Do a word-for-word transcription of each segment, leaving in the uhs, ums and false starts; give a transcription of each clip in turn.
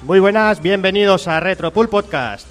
Muy buenas, bienvenidos a Retropool Podcast.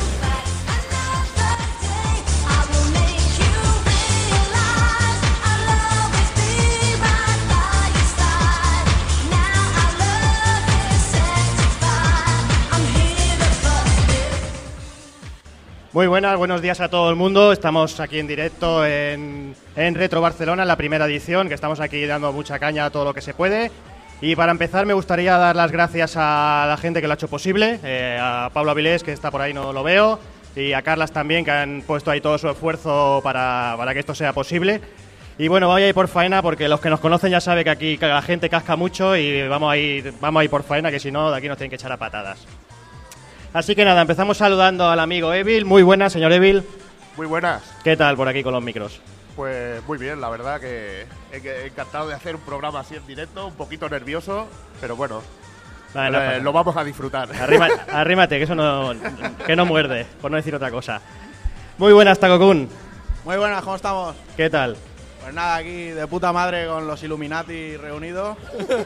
Muy buenas, buenos días a todo el mundo. Estamos aquí en directo en, en Retro Barcelona, en la primera edición, que estamos aquí dando mucha caña a todo lo que se puede. Y para empezar me gustaría dar las gracias a la gente que lo ha hecho posible, eh, a Pablo Avilés, que está por ahí, no lo veo, y a Carlas también, que han puesto ahí todo su esfuerzo para, para que esto sea posible. Y bueno, voy a ir por faena, porque los que nos conocen ya saben que aquí la gente casca mucho y vamos a ir, vamos a ir por faena, que si no, de aquí nos tienen que echar a patadas. Así que nada, empezamos saludando al amigo Evil. Muy buenas, señor Evil. Muy buenas. ¿Qué tal por aquí con los micros? Pues muy bien, la verdad que he encantado de hacer un programa así en directo, un poquito nervioso, pero bueno, vale, no eh, lo vamos a disfrutar. Arrímate, arrímate, que eso no, que no muerde, por no decir otra cosa. Muy buenas, Takokun. Muy buenas, ¿cómo estamos? ¿Qué tal? Pues nada, aquí de puta madre con los Illuminati reunidos.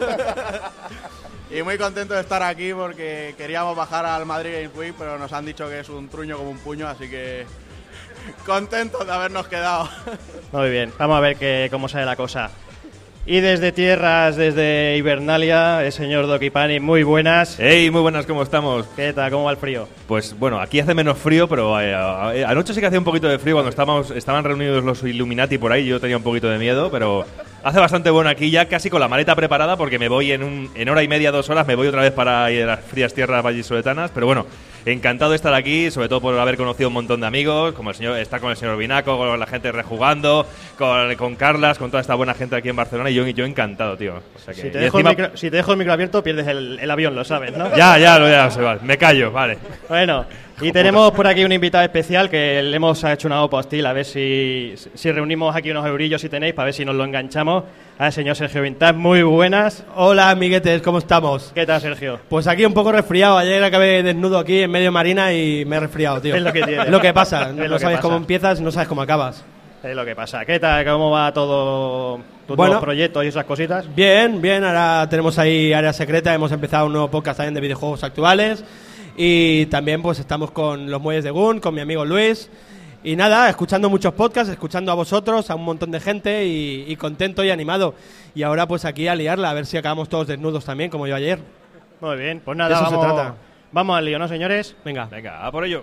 Y muy contento de estar aquí porque queríamos bajar al Madrid Games Week, pero nos han dicho que es un truño como un puño, así que contentos de habernos quedado. Muy bien, vamos a ver que, cómo sale la cosa. Y desde tierras, desde Hibernalia, el señor Dokipani, muy buenas. ¡Hey! Muy buenas, ¿cómo estamos? ¿Qué tal? ¿Cómo va el frío? Pues bueno, aquí hace menos frío, pero eh, anoche sí que hacía un poquito de frío cuando estábamos, estaban reunidos los Illuminati por ahí. Yo tenía un poquito de miedo, pero hace bastante bueno aquí ya, casi con la maleta preparada, porque me voy en, un, en hora y media, dos horas, me voy otra vez para ir a las frías tierras vallisoletanas. Pero bueno, encantado de estar aquí, sobre todo por haber conocido un montón de amigos, como el señor, estar con el señor Binaco, con la gente rejugando, con, con Carlas, con toda esta buena gente aquí en Barcelona, y yo, yo encantado, tío. O sea que, si, te dejo encima, el micro, si te dejo el micro abierto, pierdes el, el avión, lo sabes, ¿no? Ya, ya, ya, se va. Me callo, vale. Bueno, y tenemos por aquí un invitado especial que le hemos hecho una opa hostil, a ver si, si reunimos aquí unos eurillos si tenéis, para ver si nos lo enganchamos. Al señor Sergio Vintage, muy buenas. Hola, amiguetes, ¿cómo estamos? ¿Qué tal, Sergio? Pues aquí un poco resfriado. Ayer acabé desnudo aquí en medio marina y me he resfriado, tío. Es lo que tiene. Es lo que pasa. Es no lo que sabes pasa. cómo empiezas, no sabes cómo acabas. Es lo que pasa. ¿Qué tal? ¿Cómo va todo tus Bueno, nuevos proyectos y esas cositas? Bien, bien. Ahora tenemos ahí Área Secreta. Hemos empezado un nuevo podcast también de videojuegos actuales. Y también pues estamos con Los Muelles de Gun, con mi amigo Luis. Y nada, escuchando muchos podcasts, escuchando a vosotros, a un montón de gente y, y contento y animado. Y ahora pues aquí a liarla, a ver si acabamos todos desnudos también, como yo ayer. Muy bien, pues nada, De eso se vamos, trata. vamos al lío, ¿no, señores? Venga. Venga, a por ello.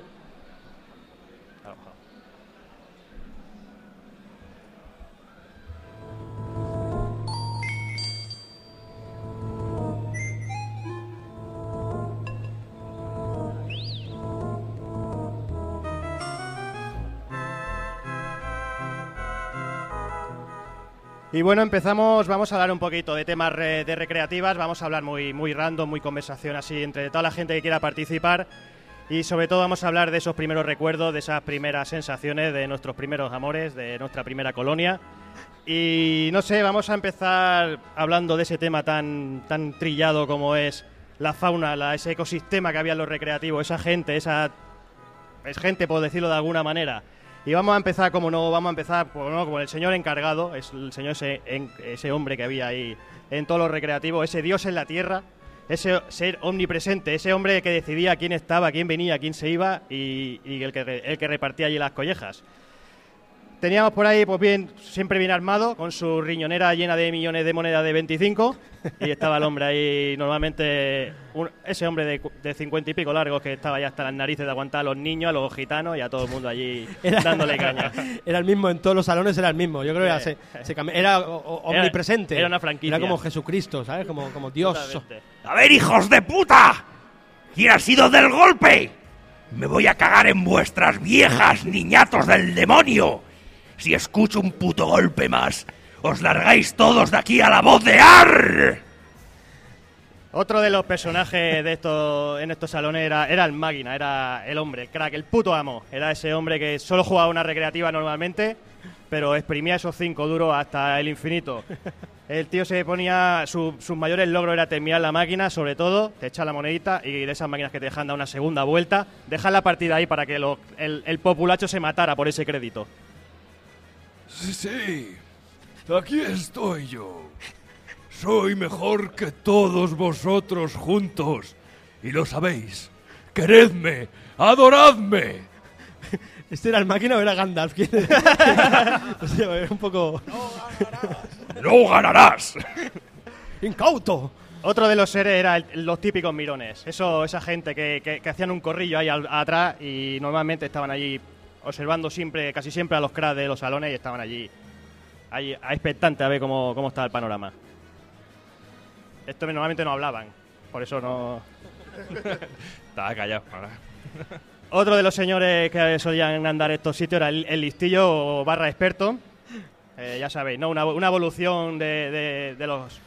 Y bueno, empezamos, vamos a hablar un poquito de temas re, de recreativas, vamos a hablar muy, muy random, muy conversación así entre toda la gente que quiera participar y sobre todo vamos a hablar de esos primeros recuerdos, de esas primeras sensaciones, de nuestros primeros amores, de nuestra primera colonia. Y no sé, vamos a empezar hablando de ese tema tan, tan trillado como es la fauna, la, ese ecosistema que había en los recreativos, esa gente, esa es gente por decirlo de alguna manera. Y vamos a empezar, como no, vamos a empezar pues, no, como el señor encargado, es el señor ese, en, ese hombre que había ahí en todos los recreativos, ese dios en la tierra, ese ser omnipresente, ese hombre que decidía quién estaba, quién venía, quién se iba y, y el, que, el que repartía allí las collejas. Teníamos por ahí, pues bien, siempre bien armado, con su riñonera llena de millones de monedas de veinticinco, y estaba el hombre ahí, normalmente, un, ese hombre de, de cincuenta y pico largos que estaba ya hasta las narices de aguantar a los niños, a los gitanos y a todo el mundo allí Era, dándole caña. Era el mismo, en todos los salones era el mismo. Yo creo que era, se, se cambi- era o, o, omnipresente. Era una franquicia. Era como Jesucristo, ¿sabes? Como, como Dios. Totalmente. A ver, hijos de puta, ¿quién ha sido del golpe? Me voy a cagar en vuestras viejas, niñatos del demonio. Si escucho un puto golpe más, os largáis todos de aquí a la voz de Ar. Otro de los personajes de estos, en estos salones era, era el máquina, era el hombre, el crack, el puto amo. Era ese hombre que solo jugaba una recreativa normalmente, pero exprimía esos cinco duros hasta el infinito. El tío se ponía, su, sus mayores logros era terminar la máquina, sobre todo, te echar la monedita y de esas máquinas que te dejan dar una segunda vuelta, dejar la partida ahí para que lo, el, el populacho se matara por ese crédito. Sí, sí, aquí estoy yo. Soy mejor que todos vosotros juntos y lo sabéis. Queredme, adoradme. ¿Este era el máquina o era Gandalf? O sea, era un poco... ¡No ganarás! ¡Incauto! Otro de los seres era el- los típicos mirones. Eso, esa gente que, que- que hacían un corrillo ahí al- atrás y normalmente estaban allí observando siempre, casi siempre a los cracks de los salones y estaban allí, allí expectantes a ver cómo, cómo estaba el panorama. Estos normalmente no hablaban, por eso no... Estaba callado. ahora. Otro de los señores que solían andar estos sitios era el, el listillo barra experto. Eh, ya sabéis, ¿no? Una, una evolución de, de- de los...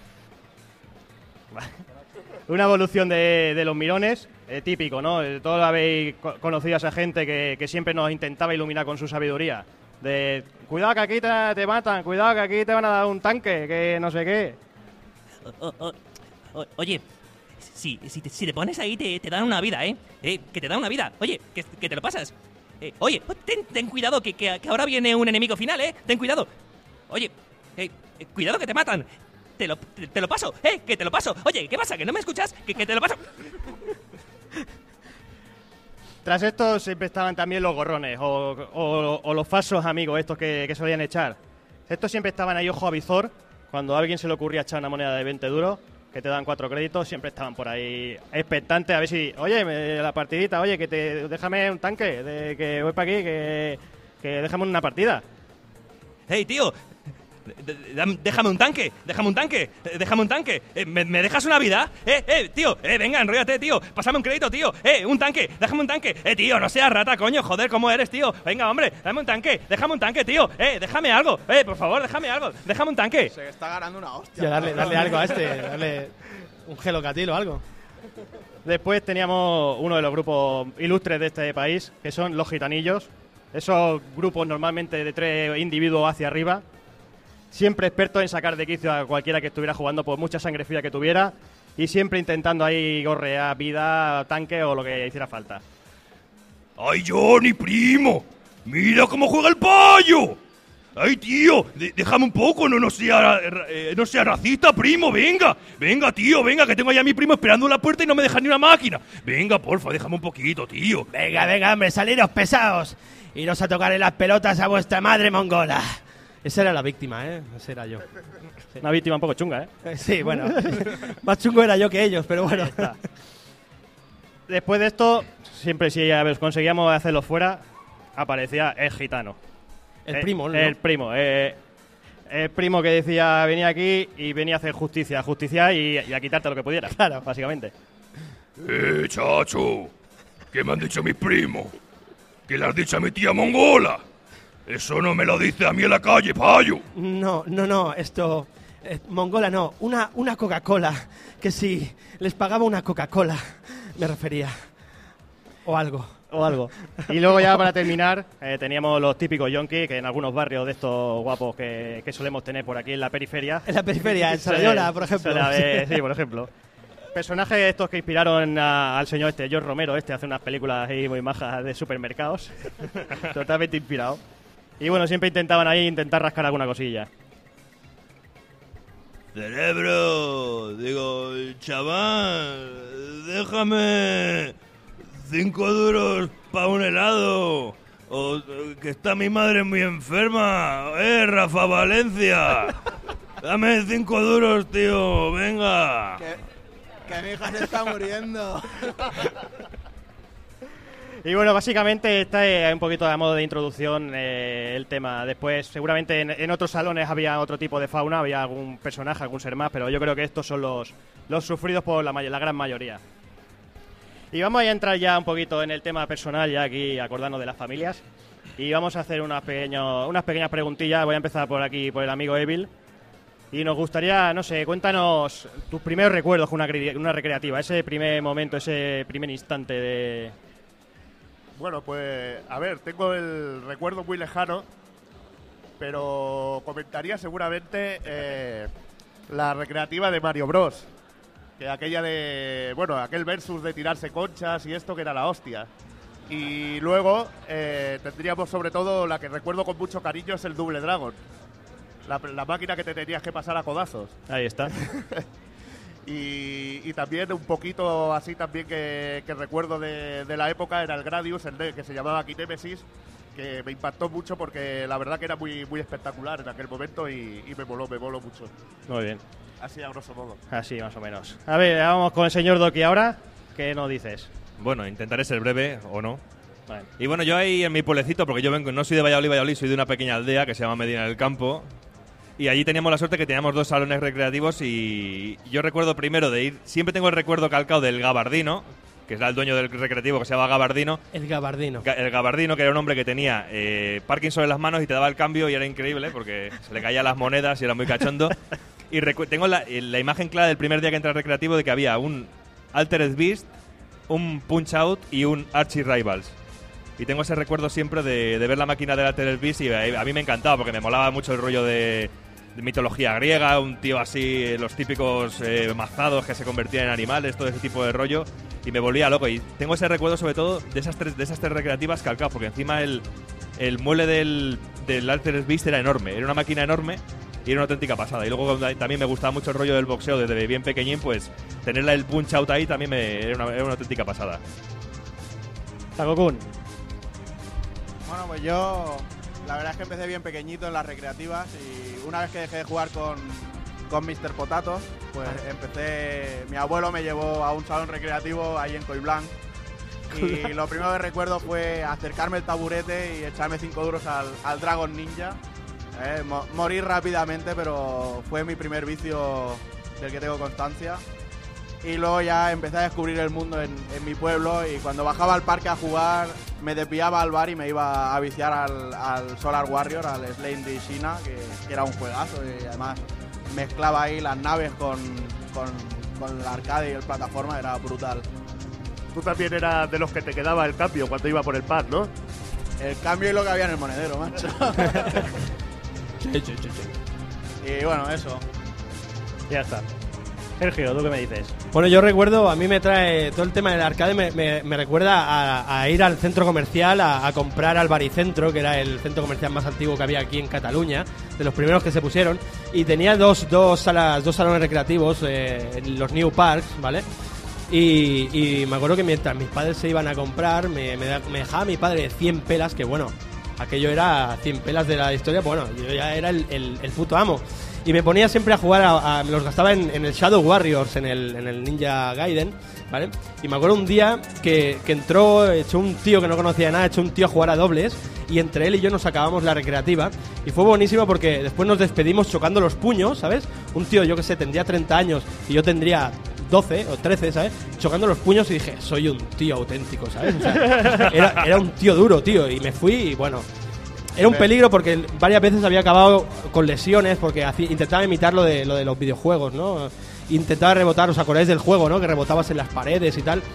Una evolución de, de los mirones, eh, típico, ¿no? Eh, Todos habéis co- conocido a esa gente que, que siempre nos intentaba iluminar con su sabiduría. De, cuidado que aquí te, te matan, cuidado que aquí te van a dar un tanque, que no sé qué. O- o- o- oye, si, si, te, si te pones ahí te, te dan una vida, ¿eh? ¿eh? Que te dan una vida. Oye, que, que te lo pasas. Eh, oye, ten, ten cuidado, que, que, que ahora viene un enemigo final, ¿eh? Ten cuidado. Oye, eh, eh, cuidado que te matan. Te lo, te, te lo paso, ¿eh? Que te lo paso. Oye, ¿qué pasa? ¿Que no me escuchas? Que, que te lo paso. Tras esto siempre estaban también los gorrones o, o- o los falsos amigos estos que, que solían echar. Estos siempre estaban ahí ojo a visor. Cuando a alguien se le ocurría echar una moneda de veinte duros, que te dan cuatro créditos, siempre estaban por ahí expectantes a ver si, oye, me- la partidita, oye, que te déjame un tanque, de, que voy para aquí, que, que déjame una partida. Hey, tío. D- d- dam- Déjame un tanque, déjame un tanque, eh, déjame un tanque. Eh, ¿me, me dejas una vida? Eh, eh, tío, eh, venga, enróllate, tío. Pásame un crédito, tío. Eh, un tanque, déjame un tanque. Eh, tío, no seas rata, coño, joder, ¿cómo eres, tío? Venga, hombre, dame un tanque, déjame un tanque, tío. Eh, déjame algo, eh, por favor, déjame algo, déjame un tanque. Se está ganando una hostia. Ya, darle, darle algo a este, darle un gelocatil o algo. Después teníamos uno de los grupos ilustres de este país, que son los gitanillos. Esos grupos normalmente de tres individuos hacia arriba. Siempre expertos en sacar de quicio a cualquiera que estuviera jugando por mucha sangre fría que tuviera. Y siempre intentando ahí gorrear vida, tanque o lo que hiciera falta. ¡Ay, Johnny, primo! ¡Mira cómo juega el payo! ¡Ay, tío! de- déjame un poco, no, no, sea, eh, no sea racista, primo, venga. Venga, tío, venga, que tengo ahí a mi primo esperando en la puerta y no me deja ni una máquina. Venga, porfa, déjame un poquito, tío. Venga, venga, hombre, saliros pesados. Iros a tocarle las pelotas a vuestra madre mongola. Esa era la víctima, ¿eh? Ese era yo. Una víctima un poco chunga, ¿eh? Eh, Sí, bueno. Más chungo era yo que ellos, pero bueno. Después de esto, siempre si a ver, conseguíamos hacerlo fuera, aparecía el gitano. El Eh, primo, ¿no? El primo. eh, el primo que decía venía aquí y venía a hacer justicia, justicia y, y a quitarte lo que pudiera. Claro, básicamente. ¡Eh, chacho! ¿Qué me han dicho mis primos? ¿Qué le has dicho a mi tía mongola? Eso no me lo dice a mí en la calle, payo. No, no, no, esto... eh, mongola no, una, una Coca-Cola. Que si les pagaba una Coca-Cola, me refería. O algo. O algo. Y luego ya para terminar, eh, teníamos los típicos yonkis, que en algunos barrios de estos guapos que, que solemos tener por aquí en la periferia. En la periferia, en Suele- Sarayola, por ejemplo. suele haber- sí, por ejemplo. Personajes estos que inspiraron a- al señor este, George Romero, este, hace unas películas ahí muy majas de supermercados. Totalmente inspirado. Y bueno, siempre intentaban ahí intentar rascar alguna cosilla. Cerebro, digo, chaval, déjame cinco duros para un helado. O eh, que está mi madre muy enferma. Eh, Rafa Valencia. Dame cinco duros, tío, venga. Que, que mi hija se está muriendo. Y bueno, básicamente está eh, un poquito a modo de introducción eh, el tema. Después, seguramente en, en otros salones había otro tipo de fauna, había algún personaje, algún ser más, pero yo creo que estos son los, los sufridos por la, may- la gran mayoría. Y vamos a entrar ya un poquito en el tema personal, ya aquí acordarnos de las familias. Y vamos a hacer unas, pequeños, unas pequeñas preguntillas. Voy a empezar por aquí, por el amigo Evil. Y nos gustaría, no sé, cuéntanos tus primeros recuerdos con una, cre- una recreativa, ese primer momento, ese primer instante de... Bueno, pues, a ver, tengo el recuerdo muy lejano, pero comentaría seguramente eh, la recreativa de Mario Bros. Que aquella de, bueno, aquel versus de tirarse conchas y esto que era la hostia. Y luego eh, tendríamos sobre todo la que recuerdo con mucho cariño es el Double Dragon. La, la máquina que te tenías que pasar a codazos. Ahí está. Y, y también un poquito así también que, que recuerdo de, de la época era el Gradius, el de, que se llamaba aquí Nemesis, que me impactó mucho porque la verdad que era muy muy espectacular en aquel momento y, y me moló, me moló mucho. Muy bien. Así a grosso modo. Así más o menos. A ver, vamos con el señor Doki ahora. ¿Qué nos dices? Bueno, intentaré ser breve o no. Bueno. Y bueno, yo ahí en mi pueblecito, porque yo vengo, no soy de Valladolid, Valladolid, soy de una pequeña aldea que se llama Medina del Campo. Y allí teníamos la suerte que teníamos dos salones recreativos y yo recuerdo primero de ir, siempre tengo el recuerdo calcado del Gabardino, que era el dueño del recreativo que se llama Gabardino. El Gabardino. Ga- El Gabardino, que era un hombre que tenía eh, Parkinson en las manos y te daba el cambio y era increíble porque se le caían las monedas y era muy cachondo. Y recu- tengo la, la imagen clara del primer día que entré al recreativo de que había un Altered Beast, un Punch Out y un Archie Rivals. Y tengo ese recuerdo siempre de, de ver la máquina del Altered Beast y a, a mí me encantaba porque me molaba mucho el rollo de, de mitología griega, un tío así, los típicos eh, mazados que se convertían en animales, todo ese tipo de rollo. Y me volvía loco. Y tengo ese recuerdo sobre todo de esas tres, de esas tres recreativas calcadas, porque encima el, el mueble del, del Altered Beast era enorme, era una máquina enorme. Y era una auténtica pasada. Y luego también me gustaba mucho el rollo del boxeo desde bien pequeñín, pues tenerla el punch out ahí también me, era, una, era una auténtica pasada. Takokun. Bueno, pues yo la verdad es que empecé bien pequeñito en las recreativas y una vez que dejé de jugar con, con míster Potato, pues empecé, mi abuelo me llevó a un salón recreativo ahí en Coiblanc y lo primero que recuerdo fue acercarme el taburete y echarme cinco duros al, al Dragon Ninja. Eh, mo- morir rápidamente, pero fue mi primer vicio del que tengo constancia. Y luego ya empecé a descubrir el mundo en, en mi pueblo y cuando bajaba al parque a jugar me desviaba al bar y me iba a viciar al, al Solar Warrior, al Slane de China, que, que era un juegazo y además mezclaba ahí las naves con, con, con el arcade y el plataforma, era brutal. Tú también eras de los que te quedaba el cambio cuando iba por el pad, ¿no? El cambio y lo que había en el monedero, macho. Sí, sí, sí, sí. Y bueno, eso. Ya está. Sergio, ¿tú qué me dices? Bueno, yo recuerdo, a mí me trae todo el tema del arcade, me, me, me recuerda a, a ir al centro comercial a, a comprar al Baricentro, que era el centro comercial más antiguo que había aquí en Cataluña, de los primeros que se pusieron, y tenía dos, dos salas, dos salones recreativos, eh, en los New Parks, ¿vale? Y, y me acuerdo que mientras mis padres se iban a comprar, me, me, da- me dejaba mi padre cien pelas, que bueno, aquello era cien pelas de la historia, bueno, yo ya era el, el, el puto amo. Y me ponía siempre a jugar, a, a- me los gastaba en, en el Shadow Warriors, en el, en el Ninja Gaiden, ¿vale? Y me acuerdo un día que, que entró, echó un tío que no conocía nada, echó un tío a jugar a dobles, y entre él y yo nos acabamos la recreativa. Y fue buenísimo porque después nos despedimos chocando los puños, ¿sabes? Un tío, yo que sé, tendría treinta años y yo tendría doce o trece, ¿sabes? Chocando los puños y dije, soy un tío auténtico, ¿sabes? O sea, era, era un tío duro, tío, y me fui y bueno... Era un peligro porque varias veces había acabado con lesiones porque hacía, intentaba imitar lo de, lo de los videojuegos, ¿no? Intentaba rebotar, ¿os acordáis del juego, no? Que rebotabas en las paredes y tal.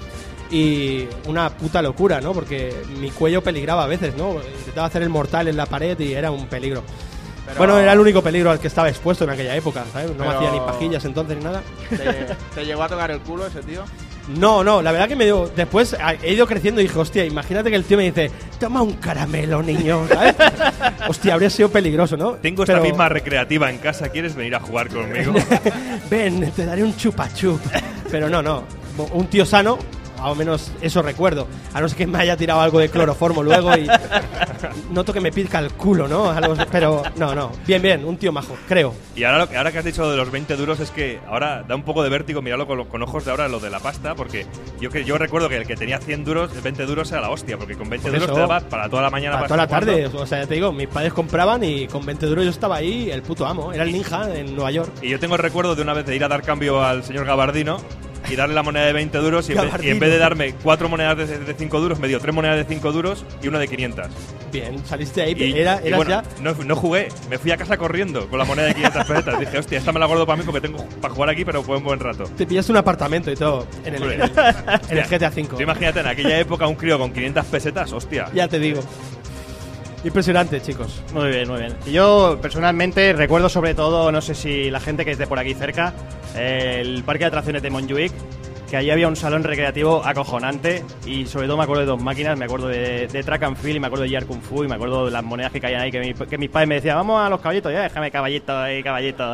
Y una puta locura, ¿no? Porque mi cuello peligraba a veces, ¿no? Intentaba hacer el mortal en la pared y era un peligro. Pero- Bueno, era el único peligro al que estaba expuesto en aquella época, ¿sabes? No me Pero- hacía ni pajillas entonces ni nada. ¿Te, te llegó a tocar el culo ese tío? No, no, la verdad que me dio. Después a- he ido creciendo y dije, hostia, imagínate que el tío me dice, toma un caramelo, niño, ¿sabes? Hostia, habría sido peligroso, ¿no? Tengo esta Pero- misma recreativa en casa, ¿quieres venir a jugar conmigo? Ven, te daré un chupachup. Pero no, no. Un tío sano, ao menos eso recuerdo. A no ser que me haya tirado algo de cloroformo luego y noto que me pica el culo, ¿no? Algo- pero no, no. Bien, bien, un tío majo, creo. Y ahora, lo que- ahora que has dicho lo de los veinte duros es que ahora da un poco de vértigo mirarlo con, con ojos de ahora lo de la pasta, porque yo que yo recuerdo que el que tenía cien duros, veinte duros era la hostia, porque con veinte Por duros eso, te daba para toda la mañana. Para toda la estar tarde, jugando. o sea, ya te digo, mis padres compraban y con veinte duros yo estaba ahí, el puto amo. Era el ninja en Nueva York. Y yo tengo el recuerdo de una vez de ir a dar cambio al señor Gabardino y darle la moneda de veinte duros y en, vez, y Gabardino. en vez de darme cuatro monedas de, de cinco duros, me dio tres monedas de cinco duros y una de quinientas. Bien, saliste ahí, Y, era, y eras bueno, ya... no, no jugué, me fui a casa corriendo con la moneda de quinientas pesetas. Dije, hostia, esta me la guardo para mí porque tengo para jugar aquí, pero fue un buen rato. Te pillaste un apartamento y todo en el, en el, en el G T A cinco. Tú imagínate, en aquella época un crío con quinientas pesetas, hostia. Ya te digo. Impresionante, chicos. Muy bien, muy bien. Y yo personalmente recuerdo sobre todo, no sé si la gente que es de por aquí cerca, eh, el parque de atracciones de Montjuic, que allí había un salón recreativo acojonante y sobre todo me acuerdo de dos máquinas, me acuerdo de, de Track and Field y me acuerdo de Yar Kung Fu y me acuerdo de las monedas que caían ahí, que, mi, que mis padres me decían, vamos a los caballitos, ya déjame caballitos, eh, caballitos. Eh.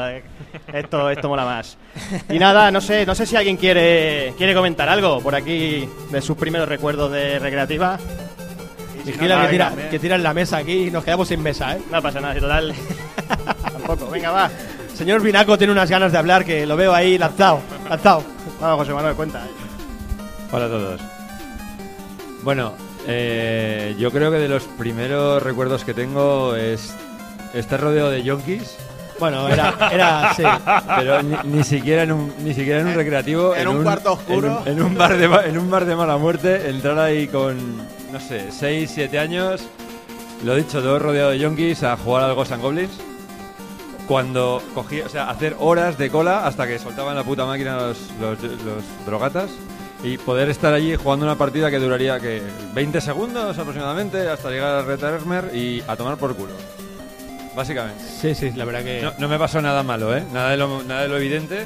Esto, esto mola más. Y nada, no sé, no sé si alguien quiere, quiere comentar algo por aquí de sus primeros recuerdos de recreativa. Vigila que tira, que tira en la mesa aquí y nos quedamos sin mesa, ¿eh? No pasa nada, si total. Tampoco, venga, va. Señor Vinaco tiene unas ganas de hablar que lo veo ahí lanzado, lanzado. Vamos, José Manuel, cuenta. Hola a todos. Bueno, eh, yo creo que de los primeros recuerdos que tengo es estar rodeado de yonkis. Bueno, era, era sí. Pero ni, ni siquiera en un, ni siquiera en un recreativo. En, en un, un cuarto oscuro. En un, en un bar de ma- en un bar de mala muerte, entrar ahí con, no sé, seis, siete años. Lo dicho, todo rodeado de yonkis a jugar al Ghosts and Goblins. Cuando cogía, o sea, hacer horas de cola hasta que soltaban la puta máquina los, los, los drogatas. Y poder estar allí jugando una partida que duraría que veinte segundos aproximadamente hasta llegar a Retarmer y a tomar por culo. Básicamente. Sí, sí, la verdad que... No, no me pasó nada malo, ¿eh? Nada de lo, nada de lo evidente.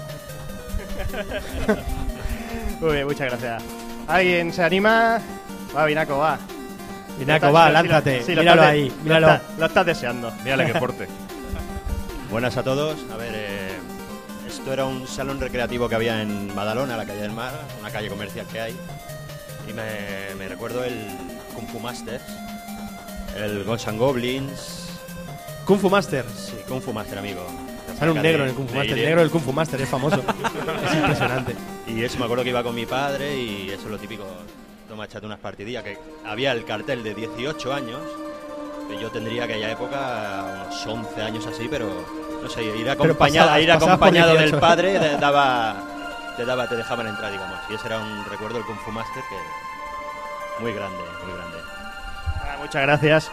Muy bien, muchas gracias. ¿Alguien se anima? Va, Vinaco, va. Vinaco, va, lánzate. Sí, míralo estás, ahí, míralo. Lo, está, lo estás deseando. Mírale que porte. Buenas a todos. A ver, eh, esto era un salón recreativo que había en Badalona, la calle del Mar, una calle comercial que hay. Y me, me recuerdo el Kung Fu Masters, el Ghosts and Goblins. Kung Fu Master. Sí, Kung Fu Master, amigo. Sale un negro en el Kung Fu Master. El negro del Kung Fu Master es famoso. Es impresionante. Y eso me acuerdo que iba con mi padre y eso es lo típico. Toma, échate unas partidillas. Que había el cartel de dieciocho años. Que yo tendría aquella época unos once años así, pero no sé, ir acompañado, pasabas, ir acompañado por del padre te daba, te daba, te dejaban entrar, digamos. Y ese era un recuerdo del Kung Fu Master que muy grande, muy grande. Ah, muchas gracias.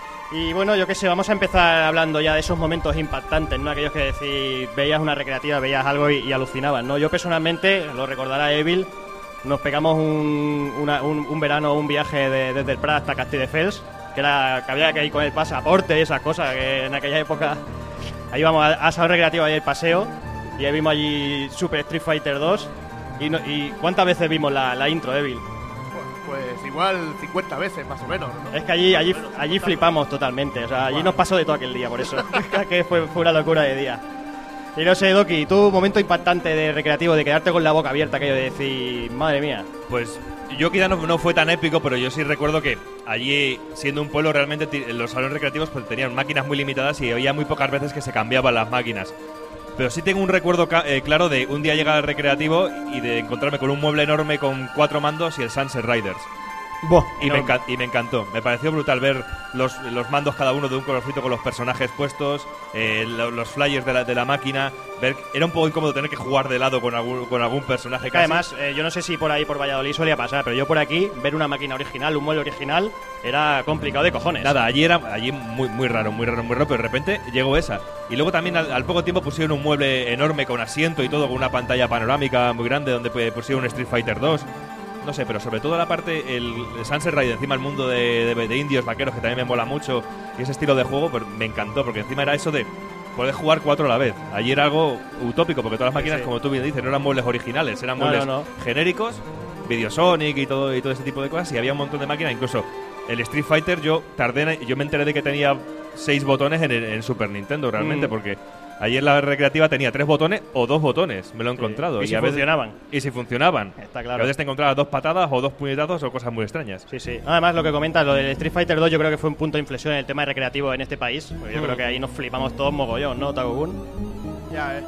Y bueno, yo qué sé, vamos a empezar hablando ya de esos momentos impactantes, ¿no? Aquellos que decís, veías una recreativa, veías algo y, y alucinabas, ¿no? Yo personalmente, lo recordará Evil, nos pegamos un, una, un, un verano, un viaje de, desde el Prat hasta Castelldefels, que era que había que ir con el pasaporte y esas cosas, que en aquella época ahí íbamos a, a esa recreativa y el paseo, y ahí vimos allí Super Street Fighter dos, y, no, y ¿cuántas veces vimos la, la intro, Evil? Pues igual cincuenta veces, más o menos, ¿no? Es que allí allí allí flipamos totalmente, o sea, allí nos pasó de todo aquel día, por eso. Que fue, fue una locura de día. Y no sé, Doki, tu momento impactante de recreativo, de quedarte con la boca abierta, aquello de decir, madre mía. Pues yo quizá no, no fue tan épico, pero yo sí recuerdo que allí, siendo un pueblo, realmente ti- los salones recreativos pues tenían máquinas muy limitadas y había muy pocas veces que se cambiaban las máquinas. Pero sí tengo un recuerdo ca- eh, claro de un día llegar al recreativo y de encontrarme con un mueble enorme con cuatro mandos y el Sunset Riders. Buah, Y me, enca- y me encantó. Me pareció brutal ver los, los mandos cada uno de un colorcito con los personajes puestos, eh, lo- los flyers de la, de la máquina. Ver, era un poco incómodo tener que jugar de lado con algún, con algún personaje. Que Casi. además, eh, yo no sé si por ahí, por Valladolid, solía pasar, pero yo por aquí, ver una máquina original, un mueble original, era complicado de cojones. Nada, allí era allí muy, muy raro, muy raro, muy raro, pero de repente llegó esa. Y luego también al, al poco tiempo pusieron un mueble enorme con asiento y todo, con una pantalla panorámica muy grande donde pues, pusieron un Street Fighter dos. No sé, pero sobre todo la parte, el, el Sunset Rider, encima el mundo de, de, de indios, vaqueros, que también me mola mucho, y ese estilo de juego, pues me encantó, porque encima era eso de poder jugar cuatro a la vez. Allí era algo utópico, porque todas las máquinas, Sí, sí. como tú bien dices, no eran muebles originales, eran No, muebles no, no. genéricos, Videosonic y todo, y todo ese tipo de cosas, y había un montón de máquinas, incluso el Street Fighter, yo tardé, en- yo me enteré de que tenía seis botones en, el, en Super Nintendo, realmente, Mm. porque ayer la recreativa tenía tres botones o dos botones, me lo he encontrado. Y si a veces- funcionaban. Y si funcionaban. Está Y a claro. veces te encontrabas dos patadas o dos puñetazos o cosas muy extrañas. Sí, sí. Además, lo que comentas, lo del Street Fighter dos, yo creo que fue un punto de inflexión en el tema de recreativo en este país. Porque yo Mm. creo que ahí nos flipamos todos mogollón, ¿no, Tagogun? Ya, eh.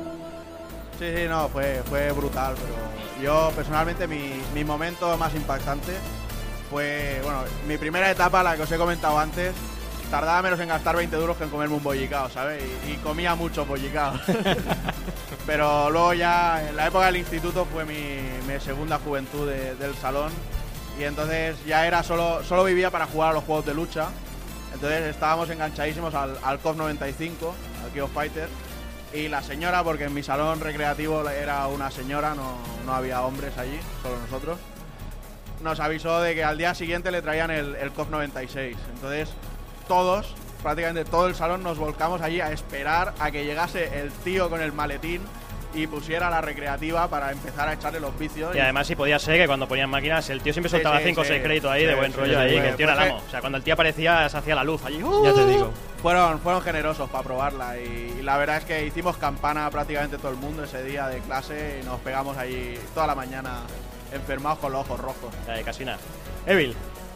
Sí, sí, no, fue, fue brutal, pero yo personalmente mi, mi momento más impactante fue, bueno, mi primera etapa, la que os he comentado antes, tardaba menos en gastar veinte duros que en comerme un bollicao, ¿sabes? Y, y comía mucho bollicao. Pero luego ya, en la época del instituto fue mi, mi segunda juventud de- del salón y entonces ya era solo, solo vivía para jugar a los juegos de lucha. Entonces estábamos enganchadísimos al, al C O F noventa y cinco, al King of Fighter. Y la señora, porque en mi salón recreativo era una señora, no, no había hombres allí, solo nosotros, nos avisó de que al día siguiente le traían el, el C O F noventa y seis. Entonces todos, prácticamente todo el salón, nos volcamos allí a esperar a que llegase el tío con el maletín y pusiera la recreativa para empezar a echarle los vicios. Y además, si podía ser que cuando ponían máquinas, el tío siempre soltaba cinco o seis créditos ahí sí, de buen sí, rollo sí, ahí, pues, que el tío era pues, el amo. O sea, cuando el tío aparecía, se hacía la luz allí. ¡Uh! Ya te digo. Fueron, fueron generosos para probarla y, y la verdad es que hicimos campana prácticamente todo el mundo ese día de clase y nos pegamos ahí toda la mañana enfermados con los ojos rojos. Eh, casi nada. Evil.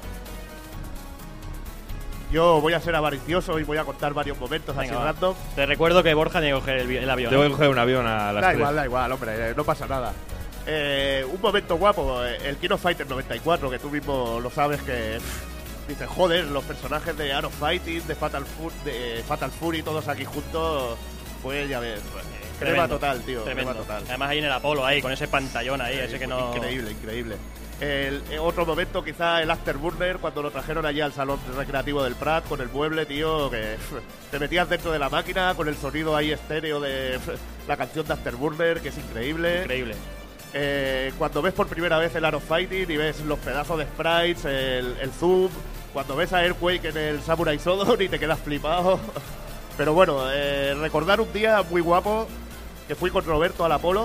Yo voy a ser avaricioso y voy a contar varios momentos Venga, así va. random. Te recuerdo que Borja tiene que coger el, el avión. Tengo ¿eh? que coger un avión a las Da tres. igual, da igual, hombre, eh, no pasa nada. Eh, un momento guapo, eh, el King of Fighters noventa y cuatro, que tú mismo lo sabes que pff, dices, joder, los personajes de Art of Fighting, de Fatal, Fu- de eh, Fatal Fury, todos aquí juntos, pues ya ves, pues, crema Tremendo, total, tío, Tremendo. crema total. Además ahí en el Apolo, ahí, con ese pantallón ahí, ese que no... Increíble, increíble. El, eh, otro momento, quizá el Afterburner, cuando lo trajeron allí al salón recreativo del Prat con el mueble, tío, que pff, te metías dentro de la máquina con el sonido ahí estéreo de pff, la canción de Afterburner, que es increíble. Increíble. Eh, cuando ves por primera vez el Art of Fighting y ves los pedazos de sprites, el, el zoom, cuando ves a Earthquake en el Samurai Shodown y te quedas flipado. Pero bueno, eh, recordar un día muy guapo que fui con Roberto al Apolo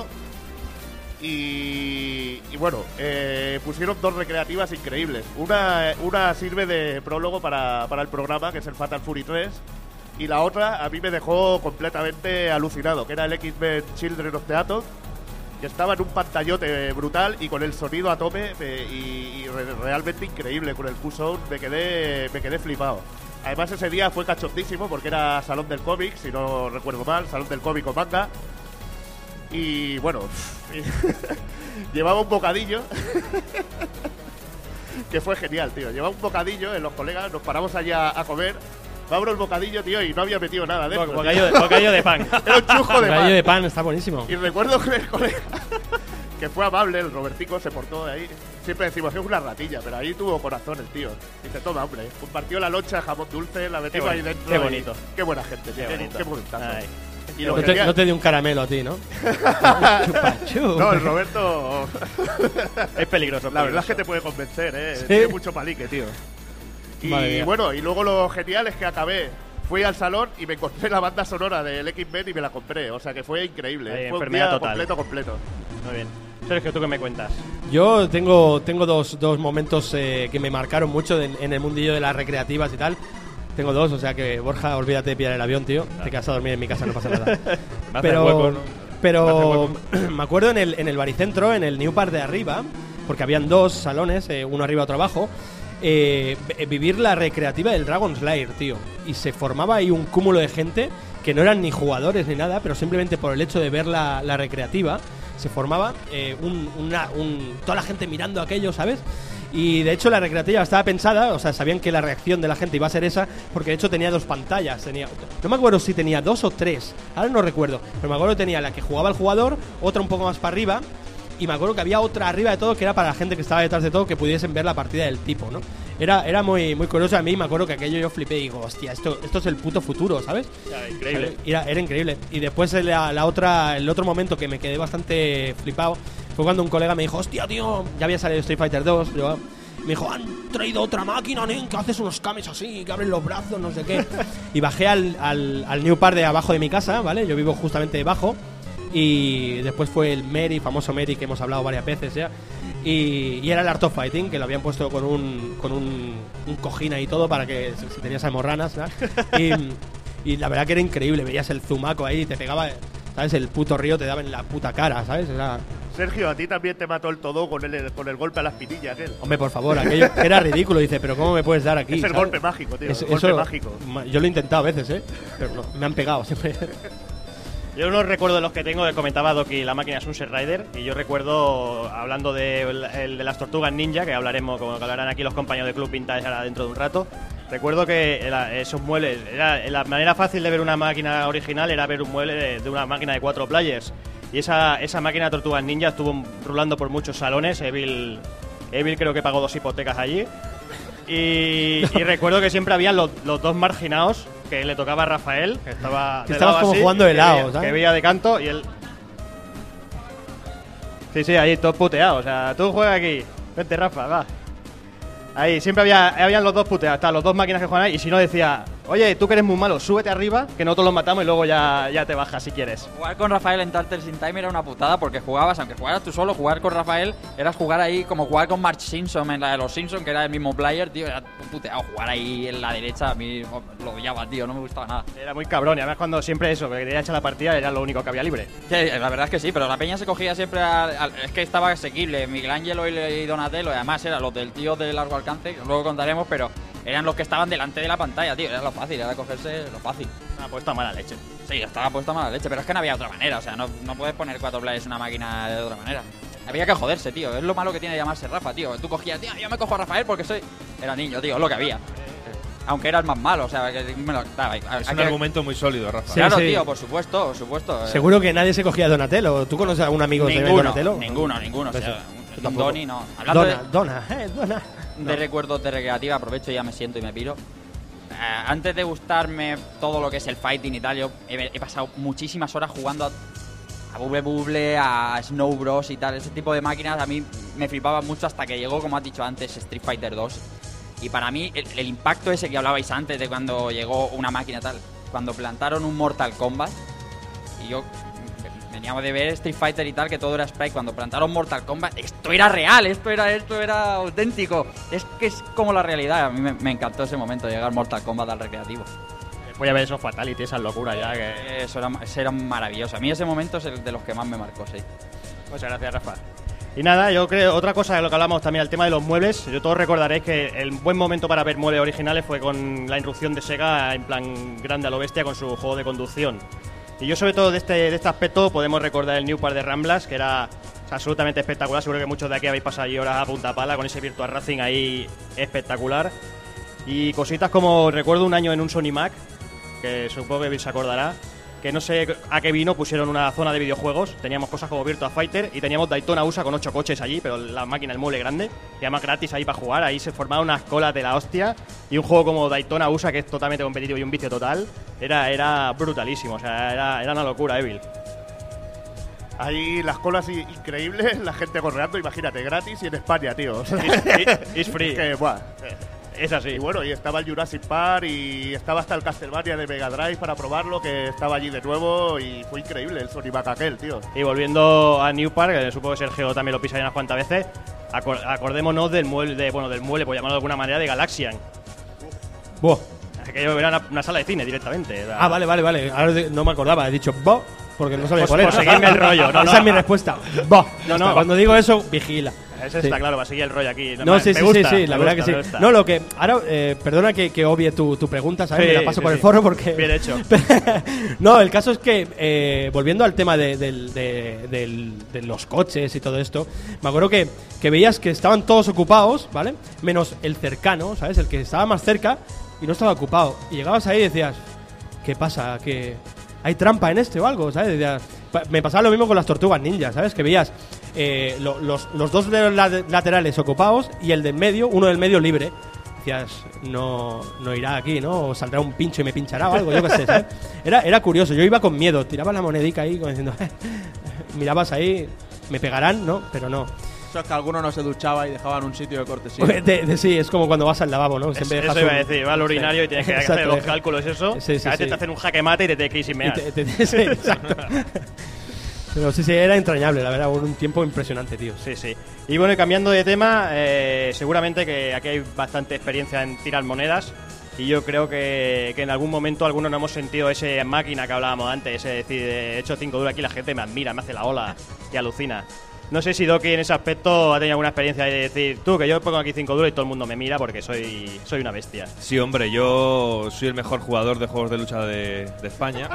y, y bueno, eh, pusieron dos recreativas increíbles. Una, una sirve de prólogo para, para el programa, que es el Fatal Fury tres, y la otra a mí me dejó completamente alucinado, que era el X-Men Children of the Atom, que estaba en un pantallote brutal y con el sonido a tope eh, y, y re- realmente increíble. Con el Q-Sound me quedé, me quedé flipado. Además ese día fue cachondísimo porque era Salón del Cómic, si no recuerdo mal, Salón del Cómic o manga. Y bueno, llevaba un bocadillo que fue genial, tío. Llevaba un bocadillo en los colegas, nos paramos allá a comer. Abro el bocadillo, tío, y no había metido nada dentro. Bocadillo de, bocadillo de pan. Era un chujo de Bocadillo pan. de pan está buenísimo. Y recuerdo que el colega, que fue amable, el Robertico, se portó ahí. Siempre decimos, es una ratilla, pero ahí tuvo corazón el tío. Dice, toma, hombre, compartió la loncha de jamón dulce, la metimos ahí dentro. Qué y- bonito. Qué buena gente, tío. Qué bonito. Qué momentazo. Ay. Y lo No te, genial- no te dio un caramelo a ti, ¿no? Chupa, chupa. No, el Roberto. Es peligroso. La verdad es que peligroso. te puede convencer, ¿eh? Sí. Tiene mucho palique, tío. Y Madre mía. bueno, y luego lo genial es que acabé. Fui al salón y me encontré la banda sonora del X-Men y me la compré. O sea que fue increíble. Ahí, fue un enfermedad día total. completo, completo. Muy bien. Sergio, ¿tú qué me cuentas? Yo tengo, tengo dos, dos momentos eh, que me marcaron mucho en, en el mundillo de las recreativas y tal. Tengo dos, o sea que Borja, olvídate de pillar el avión, tío. Te quedas a dormir en mi casa, no pasa nada. Me hace pero hueco, ¿no? pero me acuerdo en el, en el baricentro, en el New Park de arriba, porque habían dos salones, eh, uno arriba, otro abajo. Eh, v- vivir la recreativa del Dragon Slayer, tío. Y se formaba ahí un cúmulo de gente que no eran ni jugadores ni nada, pero simplemente por el hecho de ver la, la recreativa se formaba eh, un, una, un- toda la gente mirando aquello, ¿sabes? Y de hecho la recreativa estaba pensada, o sea, sabían que la reacción de la gente iba a ser esa, porque de hecho tenía dos pantallas. Tenía, no me acuerdo si tenía dos o tres, ahora no recuerdo, pero me acuerdo que tenía la que jugaba el jugador, otra un poco más para arriba. Y me acuerdo que había otra arriba de todo que era para la gente que estaba detrás de todo que pudiesen ver la partida del tipo, ¿no? Era, era muy, muy curioso. A mí me acuerdo que aquello yo flipé y digo, hostia, esto, esto es el puto futuro, ¿sabes? Ya, increíble. Era, era increíble. Y después la, la otra, el otro momento que me quedé bastante flipado fue cuando un colega me dijo, hostia, tío, ya había salido Street Fighter dos. Yo, me dijo, han traído otra máquina, nen, que haces unos cames así, que abren los brazos, no sé qué. Y bajé al, al, al New Park de abajo de mi casa, ¿vale? Yo vivo justamente debajo. Y después fue el Meri, famoso Meri, que hemos hablado varias veces ya. Y, y era el Art of Fighting, que lo habían puesto con un, con un, un cojín ahí y todo para que si si tenías almorranas, ¿sabes? Y, y la verdad que era increíble, veías el zumaco ahí, te pegaba, ¿sabes? El puto río te daba en la puta cara, ¿sabes? Era... Sergio, a ti también te mató el todo con el, con el golpe a las pinillas, aquel. Hombre, por favor, aquello era ridículo. Dice, pero ¿cómo me puedes dar aquí? Es el ¿sabes? golpe mágico, tío. Es- el golpe eso- mágico. ma- Yo lo he intentado a veces, ¿eh? Pero no, me han pegado siempre. Yo unos recuerdos de los que tengo, que comentaba Doki, la máquina Sunset Rider, y yo recuerdo, hablando de, el, el de las tortugas ninja, que hablaremos, como que hablarán aquí los compañeros de Club Vintage ahora dentro de un rato, recuerdo que era- esos muebles, era, la manera fácil de ver una máquina original era ver un mueble de, de una máquina de cuatro players, y esa, esa máquina de tortugas ninja estuvo rulando por muchos salones. Evil, Evil creo que pagó dos hipotecas allí, y, y recuerdo que siempre habían los, los dos marginados, que le tocaba a Rafael, que estaba Que de estabas lado como así, jugando que helado, veía- ¿sabes? que veía de canto y él... Sí, sí, ahí todo puteado. O sea, tú juegas aquí. Vente, Rafa, va. Ahí, siempre había habían los dos puteados. Estaban los dos máquinas que juegan ahí. Y si no, decía, Oye, tú que eres muy malo, súbete arriba, que nosotros los matamos y luego ya, ya te bajas si quieres. Jugar con Rafael en Turtles in Time era una putada porque jugabas, aunque jugaras tú solo, jugar con Rafael era jugar ahí como jugar con Marge Simpson en la de los Simpsons, que era el mismo player, tío. Era un puteado jugar ahí en la derecha, a mí lo odiaba, tío, no me gustaba nada. Era muy cabrón y además cuando siempre eso, que quería echar la partida era lo único que había libre. Sí, la verdad es que sí, pero la peña se cogía siempre al, al, es que estaba asequible, Michelangelo y, y Donatello, y además eran los del tío de largo alcance, que luego contaremos, pero eran los que estaban delante de la pantalla, tío, era lo fácil, era cogerse lo fácil. Ha puesto a mala leche. Sí, estaba puesta a mala leche, pero es que no había otra manera, o sea, no, no puedes poner cuatro players en una máquina de otra manera. Había que joderse, tío, es lo malo que tiene llamarse Rafa, tío. Tú cogías, tío, yo me cojo a Rafael porque soy... Era niño, tío, es lo que había. Aunque era el más malo, o sea, que me lo daba. Es un que... argumento muy sólido, Rafa. Sí, claro, sí. tío, por supuesto, por supuesto. Seguro que nadie se cogía a Donatello. ¿Tú conoces a algún amigo ninguno, de Donatello? Ninguno, ninguno. Pues o sea, un Doni, no. Hablando Dona, de, Dona, eh, Dona. De no. recuerdos de recreativa, aprovecho y ya me siento y me piro. Eh, antes de gustarme todo lo que es el fighting y tal, yo he, he pasado muchísimas horas jugando a, a Bubble Bubble, a Snow Bros y tal. Ese tipo de máquinas a mí me flipaban mucho hasta que llegó, como has dicho antes, Street Fighter dos. Y para mí, el, el impacto ese que hablabais antes de cuando llegó una máquina tal, cuando plantaron un Mortal Kombat, y yo veníamos de ver Street Fighter y tal, que todo era sprite, cuando plantaron Mortal Kombat, esto era real, esto era esto era auténtico. Es que es como la realidad. A mí me, me encantó ese momento, llegar Mortal Kombat al recreativo. Voy a ver esos fatality, esas locuras ya que... Eso era, eso era maravilloso. A mí ese momento es el de los que más me marcó, sí. Muchas gracias, Rafa. Y nada, yo creo, otra cosa de lo que hablamos también, el tema de los muebles. Yo todos recordaréis que el buen momento para ver muebles originales fue con la irrupción de Sega en plan grande a lo bestia con su juego de conducción. Y yo sobre todo de este, de este aspecto podemos recordar el New Park de Ramblas, que era o sea, absolutamente espectacular. Seguro que muchos de aquí habéis pasado allí horas a punta pala con ese Virtua Racing ahí espectacular. Y cositas como recuerdo un año en un Sony Mac, que supongo que se acordará, que no sé a qué vino, pusieron una zona de videojuegos, teníamos cosas como Virtua Fighter y teníamos Daytona U S A con ocho coches allí, pero la máquina, el mueble grande, y además gratis ahí para jugar, ahí se formaban unas colas de la hostia, y un juego como Daytona U S A, que es totalmente competitivo y un vicio total, era, era brutalísimo, o sea, era, era una locura, Evil. Ahí las colas increíbles, la gente correando, imagínate, gratis y en España, tío. O sea, it's, it's free. Que, buah. Es así. Y bueno, y estaba el Jurassic Park y estaba hasta el Castlevania de Mega Drive para probarlo, que estaba allí de nuevo y fue increíble el Sony Mac aquel, tío. Y volviendo a New Park, que supongo que Sergio también lo pisaría unas cuantas veces, acor acordémonos del mueble, de, bueno, del mueble, por llamarlo de alguna manera, de Galaxian. Buah. Aquello era una, una sala de cine directamente. Era... Ah, vale, vale, vale. Ahora no me acordaba. He dicho bo, porque no sabía pues, cuál era. Pues seguirme el rollo. No, Esa no. es mi respuesta. Bo. No, no. Cuando digo eso, vigila. Eso sí. está claro, va a seguir el rollo aquí. No, no sí, me sí, gusta, sí, sí, la verdad gusta, que sí. No, lo que. Ahora, eh, perdona que, que obvie tu, tu pregunta, ¿sabes? Sí, me la paso sí, por sí. el forro porque. Bien hecho. No, el caso es que, eh, volviendo al tema de, de, de, de, de los coches y todo esto, me acuerdo que, que veías que estaban todos ocupados, ¿vale? Menos el cercano, ¿sabes? El que estaba más cerca y no estaba ocupado. Y llegabas ahí y decías, ¿qué pasa? ¿Que hay trampa en este o algo? ¿Sabes? Decías, me pasaba lo mismo con las tortugas ninja, ¿sabes? Que veías eh, lo, los, los dos de los laterales ocupados y el del medio, uno del medio libre. Decías, no, no irá aquí, ¿no? O saldrá un pincho y me pinchará o algo, yo qué sé, ¿sabes? Era, era curioso, yo iba con miedo, tiraba la monedica ahí como diciendo, mirabas ahí, me pegarán, ¿no? Pero no. Eso es que alguno no se duchaba y dejaban un sitio de cortesía. De, de, sí, es como cuando vas al lavabo, ¿no? Siempre es, eso iba un... a decir, va al urinario sí. y tienes que exacto, hacer los cálculos eso. Sí, sí, Cada vez sí. te hacen un jaque mate y te tienes que ir sin mear. Te, te, sí, exacto. Pero sí, sí, era entrañable, la verdad, un tiempo impresionante, tío. Sí, sí. Y bueno, y cambiando de tema, eh, seguramente que aquí hay bastante experiencia en tirar monedas. Y yo creo que, que en algún momento algunos no hemos sentido esa máquina que hablábamos antes. Ese decir, he hecho cinco duros aquí, la gente me admira, me hace la ola y alucina. No sé si Doki en ese aspecto ha tenido alguna experiencia de decir, tú, que yo pongo aquí cinco duros y todo el mundo me mira porque soy, soy una bestia. Sí, hombre, yo soy el mejor jugador de juegos de lucha de, de España.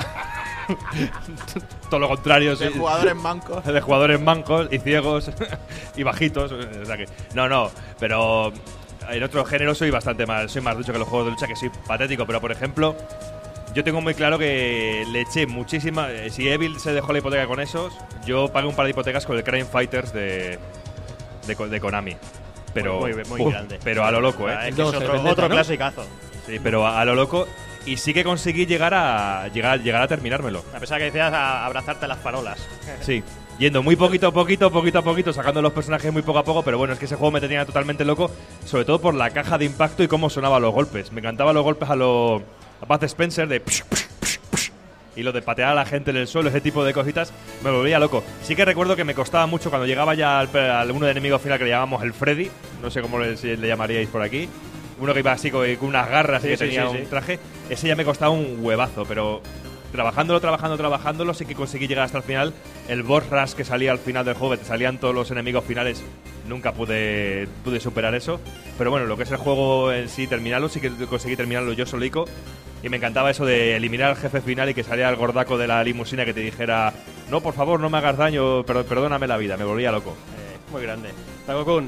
Todo lo contrario. De sí. jugadores mancos. De jugadores mancos y ciegos y bajitos. O sea que, no, no, pero en otro género soy bastante más, soy más ducho que los juegos de lucha, que soy patético. Pero, por ejemplo, yo tengo muy claro que le eché muchísima... Si Evil se dejó la hipoteca con esos, yo pagué un par de hipotecas con el Crime Fighters de, de, de Konami. Pero, muy, muy, muy uf, grande. Pero a lo loco, ¿eh? Es, que es otro, vendetta, otro ¿no? clasicazo. Sí, pero a, a lo loco. Y sí que conseguí llegar a llegar, llegar a terminármelo. A pesar que decías a abrazarte a las farolas. Sí. Yendo muy poquito a poquito, poquito a poquito, sacando los personajes muy poco a poco, pero bueno, es que ese juego me tenía totalmente loco, sobre todo por la caja de impacto y cómo sonaban los golpes. Me encantaban los golpes a los a Bud Spencer de psh, psh, psh, psh, y lo de patear a la gente en el suelo, ese tipo de cositas, me volvía loco. Sí que recuerdo que me costaba mucho cuando llegaba ya al, al uno de enemigo final que le llamamos el Freddy, no sé cómo le, si le llamaríais por aquí, uno que iba así con, con unas garras sí, y que sí, tenía sí, un sí. traje, ese ya me costaba un huevazo, pero trabajándolo, trabajando, trabajándolo, sí que conseguí llegar hasta el final. El boss rush que salía al final del juego, que te salían todos los enemigos finales, nunca pude, pude superar eso. Pero bueno, lo que es el juego en sí, terminarlo, sí que conseguí terminarlo yo solico. Y me encantaba eso de eliminar al jefe final y que saliera el gordaco de la limusina que te dijera: no, por favor, no me hagas daño, pero perdóname la vida. Me volvía loco. Eh, muy grande. Takokun.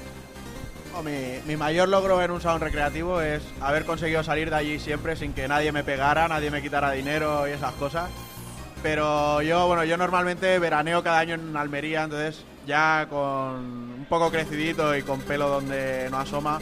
Oh, mi, mi mayor logro en un salón recreativo es haber conseguido salir de allí siempre sin que nadie me pegara, nadie me quitara dinero y esas cosas. Pero yo, bueno, yo normalmente veraneo cada año en Almería, entonces ya con un poco crecidito y con pelo donde no asoma,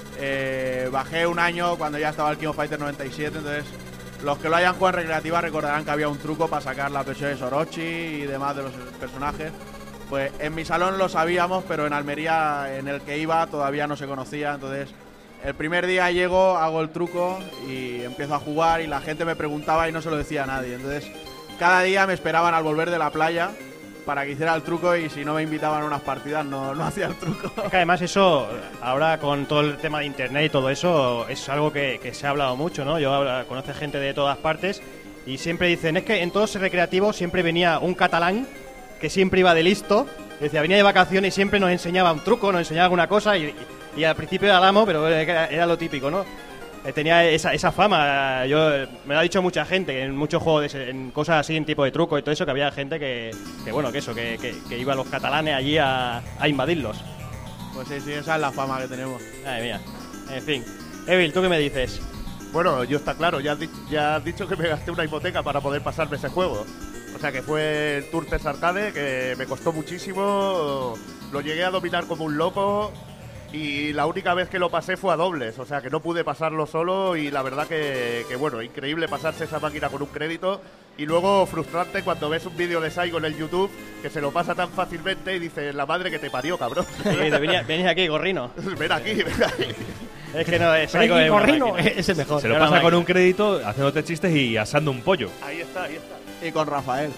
eh, bajé un año cuando ya estaba el King of Fighters noventa y siete, entonces los que lo hayan jugado en recreativa recordarán que había un truco para sacar la presión de Sorochi y demás de los personajes. Pues en mi salón lo sabíamos, pero en Almería, en el que iba, todavía no se conocía. Entonces, el primer día llego, hago el truco y empiezo a jugar y la gente me preguntaba y no se lo decía a nadie. Entonces, cada día me esperaban al volver de la playa para que hiciera el truco y si no me invitaban a unas partidas no, no hacía el truco. Es que además eso, ahora con todo el tema de internet y todo eso, es algo que, que se ha hablado mucho, ¿no? Yo hablo, conozco gente de todas partes y siempre dicen, es que en todos los recreativos siempre venía un catalán que siempre iba de listo, decía, venía de vacaciones y siempre nos enseñaba un truco, nos enseñaba alguna cosa y, y al principio era el amo, pero era, era lo típico, ¿no? Eh, tenía esa, esa fama, yo me lo ha dicho mucha gente, que en muchos juegos, de ese, en cosas así, en tipo de truco y todo eso, que había gente que, que bueno, que eso, que, que, que iba a los catalanes allí a, a invadirlos. Pues sí, sí, esa es la fama que tenemos. Madre mía, en fin. Evil, ¿tú qué me dices? Bueno, yo está claro, ya has, dicho, ya has dicho que me gasté una hipoteca para poder pasarme ese juego. O sea que fue el Turtles Arcade, que me costó muchísimo, lo llegué a dominar como un loco y la única vez que lo pasé fue a dobles, o sea que no pude pasarlo solo y la verdad que, que bueno, increíble pasarse esa máquina con un crédito y luego frustrante cuando ves un vídeo de Saigo en el YouTube que se lo pasa tan fácilmente y dices, la madre que te parió, cabrón. Sí, venía, venís aquí, gorrino. Ven aquí, ven aquí. Es que no, es Saigo es gorrino, es el mejor. Se lo pasa con un crédito, haciéndote chistes y asando un pollo. Ahí está, ahí está. Y con Rafael.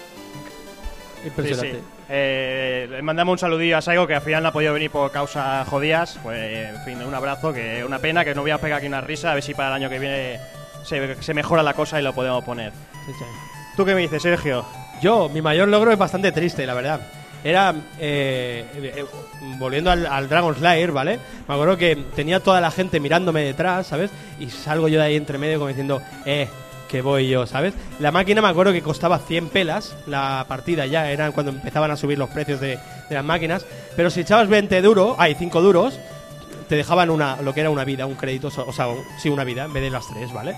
Impresionante. Sí, sí. Eh, le mandamos un saludillo a Saigo, que al final no ha podido venir por causas jodidas. Pues, en fin, un abrazo, que es una pena, que no voy a pegar aquí una risa, a ver si para el año que viene se, se mejora la cosa y lo podemos poner. Sí, sí. ¿Tú qué me dices, Sergio? Yo, mi mayor logro es bastante triste, la verdad. Era, eh, eh, volviendo al, al Dragon Slayer, ¿vale? Me acuerdo que tenía toda la gente mirándome detrás, ¿sabes? Y salgo yo de ahí entre medio como diciendo, eh, que voy yo, ¿sabes? La máquina me acuerdo que costaba cien pelas, la partida ya, eran cuando empezaban a subir los precios de, de las máquinas, pero si echabas veinte duros, hay cinco duros, te dejaban una, lo que era una vida, un crédito, o sea, un, sí, una vida, en vez de las tres, ¿vale?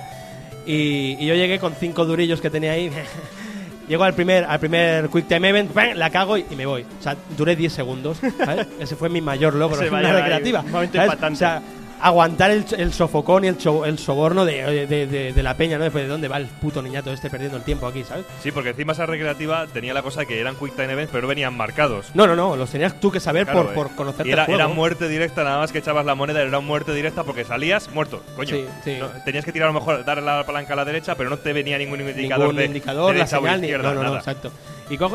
Y, y yo llegué con cinco durillos que tenía ahí. Llego al primer, al primer Quick Time Event, ¡bang!, la cago y, y me voy. O sea, duré diez segundos, ¿sabes? Ese fue mi mayor logro en una recreativa. Un momento ¿sabes? impactante. O sea, aguantar el, el sofocón y el, cho, el soborno de, de, de, de la peña, ¿no? Después de dónde va el puto niñato este perdiendo el tiempo aquí, ¿sabes? Sí, porque encima esa recreativa tenía la cosa que eran Quick Time Events, pero no venían marcados. No, no, no, los tenías tú que saber Claro, por, eh. por conocerte Y era, el juego. era muerte directa, nada más que echabas la moneda, era muerte directa porque salías muerto, coño. Sí, sí. No, tenías que tirar a lo mejor, dar la palanca a la derecha, pero no te venía ningún indicador Ningún de indicador, la derecha o señal, ni, izquierda, no, no, no, nada. exacto. Y cojo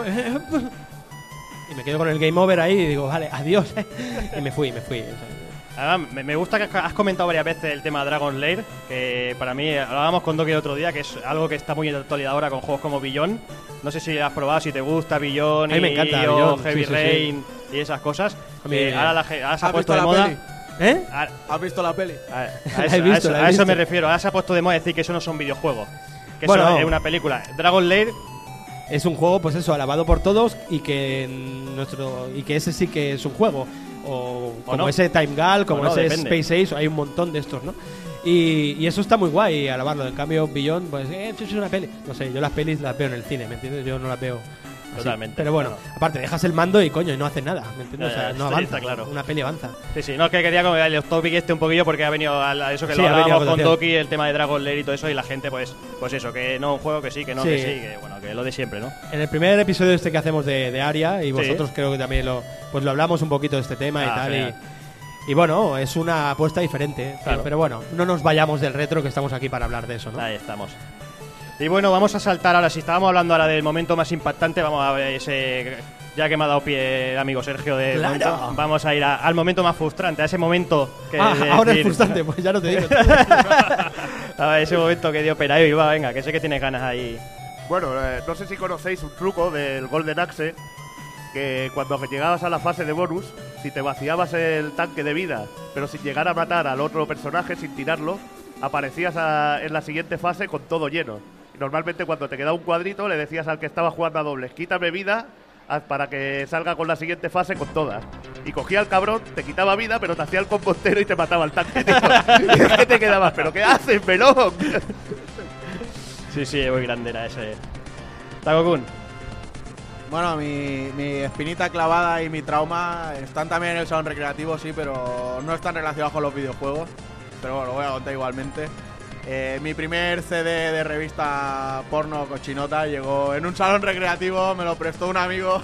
y me quedo con el game over ahí y digo, vale, adiós. Y me fui, me fui. O sea, Además, me, me gusta que has comentado varias veces el tema Dragon Lair, que para mí, hablábamos con Doki el otro día, que es algo que está muy en actualidad ahora con juegos como Beyond. No sé si has probado, si te gusta Beyond, A mí me y encanta o Beyond, Heavy sí, sí, Rain y esas cosas. A mí Eh, me- ahora, la, ge- ahora se ha ¿Has puesto visto de la moda. peli? ¿Eh? A, ¿Has visto la peli? a- a La eso, he a visto, eso- la he a eso visto. me refiero. Ahora se ha puesto de moda decir que eso no son videojuegos, que Bueno. eso es una película. Dragon Lair, Es un juego, pues eso, alabado por todos y que nuestro y que ese sí que es un juego. O como no. ese Time Gal, como O no, ese depende. Space Ace, hay un montón de estos, ¿no? Y, y eso está muy guay, alabarlo. En cambio, Beyond, pues, eh, eso es una peli. No sé, yo las pelis las veo en el cine, ¿me entiendes? Yo no las veo así. Totalmente, Pero bueno, claro. aparte, dejas el mando y coño, y no hace nada, ¿me entiendes? Ya, O sea, ya, no está- avanza. está claro. Una peli avanza. sí, sí. No, es que quería como el topic este un poquillo porque ha venido a la- eso que Sí, lo ha venido hablábamos a con colación. Doki, el tema de Dragon Lair y todo eso, y la gente, pues, pues eso, que no un juego, que sí, que no, Sí. que sí, que bueno, que lo de siempre, ¿no? En el primer episodio este que hacemos de, de Aria, y Sí. vosotros creo que también lo, pues lo hablamos un poquito de este tema y Ah, tal. genial. Y bueno, es una apuesta diferente. Claro. Pero bueno, no nos vayamos del retro, que estamos aquí para hablar de eso, ¿no? Ahí estamos. Y bueno, vamos a saltar ahora. Si estábamos hablando ahora del momento más impactante, vamos a ver ese. Ya que me ha dado pie el amigo Sergio de ¡Claro! momento, vamos a ir a- al momento más frustrante, a ese momento que. Ah, de ahora es decir- frustrante, pues ya no te digo. A ver, ese momento que dio pena y va, venga, que sé que tienes ganas ahí. Bueno, eh, no sé si conocéis un truco del Golden Axe, que cuando llegabas a la fase de bonus, si te vaciabas el tanque de vida, pero sin llegar a matar al otro personaje, sin tirarlo, aparecías a- en la siguiente fase con todo lleno. Y normalmente cuando te quedaba un cuadrito, le decías al que estaba jugando a dobles, quítame vida a- para que salga con la siguiente fase con todas. Y cogía al cabrón, te quitaba vida, pero te hacía el combo entero y te mataba al tanque, tío. Y es que te quedabas, ¿pero qué haces, melón? Sí, sí, muy grande era ese. Takokun. Bueno, mi, mi espinita clavada y mi trauma están también en el salón recreativo, sí, pero no están relacionados con los videojuegos. Pero bueno, lo voy a contar igualmente. Eh, mi primer C D de revista porno cochinota llegó en un salón recreativo, me lo prestó un amigo.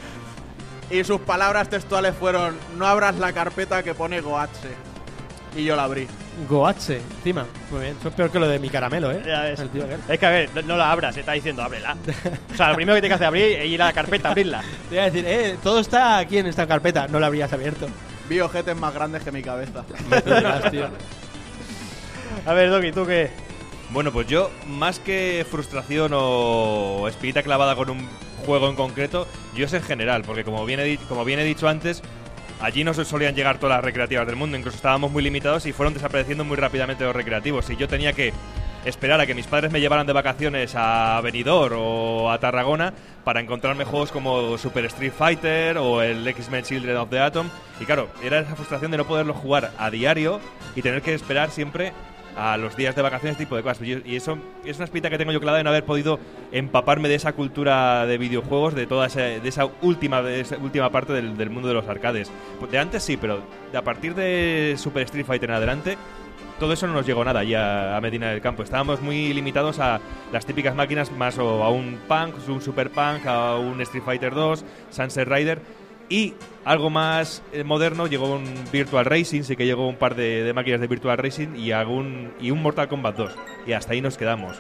Y sus palabras textuales fueron: no abras la carpeta que pone Goatse. Y yo la abrí. Goatse, encima. Muy bien, eso es peor que lo de mi caramelo, ¿eh? Ya ves. El tío aquel. Es que a ver, no, no la abras, se está diciendo ábrela. O sea, lo primero que tienes que hacer es abrir e ir a la carpeta, abrirla. Te iba a decir, eh, todo está aquí en esta carpeta. No la habrías abierto. Vi ojetes más grandes que mi cabeza. Tío. A ver, Doki, ¿tú qué? Bueno, pues yo, más que frustración o espinita clavada con un juego en concreto, yo es en general, porque como bien he, di- como bien he dicho antes, allí no se solían llegar todas las recreativas del mundo, incluso estábamos muy limitados y fueron desapareciendo muy rápidamente los recreativos. Y yo tenía que esperar a que mis padres me llevaran de vacaciones a Benidorm o a Tarragona para encontrarme juegos como Super Street Fighter o el X-Men Children of the Atom. Y claro, era esa frustración de no poderlo jugar a diario y tener que esperar siempre a los días de vacaciones, tipo de cosas. Y y eso es una espinita que tengo yo clavada de no haber podido empaparme de esa cultura de videojuegos, de toda esa, de esa última de esa última parte del, del mundo de los arcades. Pues de antes sí, pero de a partir de Super Street Fighter en adelante, todo eso no nos llegó nada allí a, a Medina del Campo. Estábamos muy limitados a las típicas máquinas, más o a un Punk, un Super Punk, a un Street Fighter dos, Sunset Rider. Y algo más eh, moderno, llegó un Virtual Racing, sí que llegó un par de, de máquinas de Virtual Racing y, algún, y un Mortal Kombat dos. Y hasta ahí nos quedamos.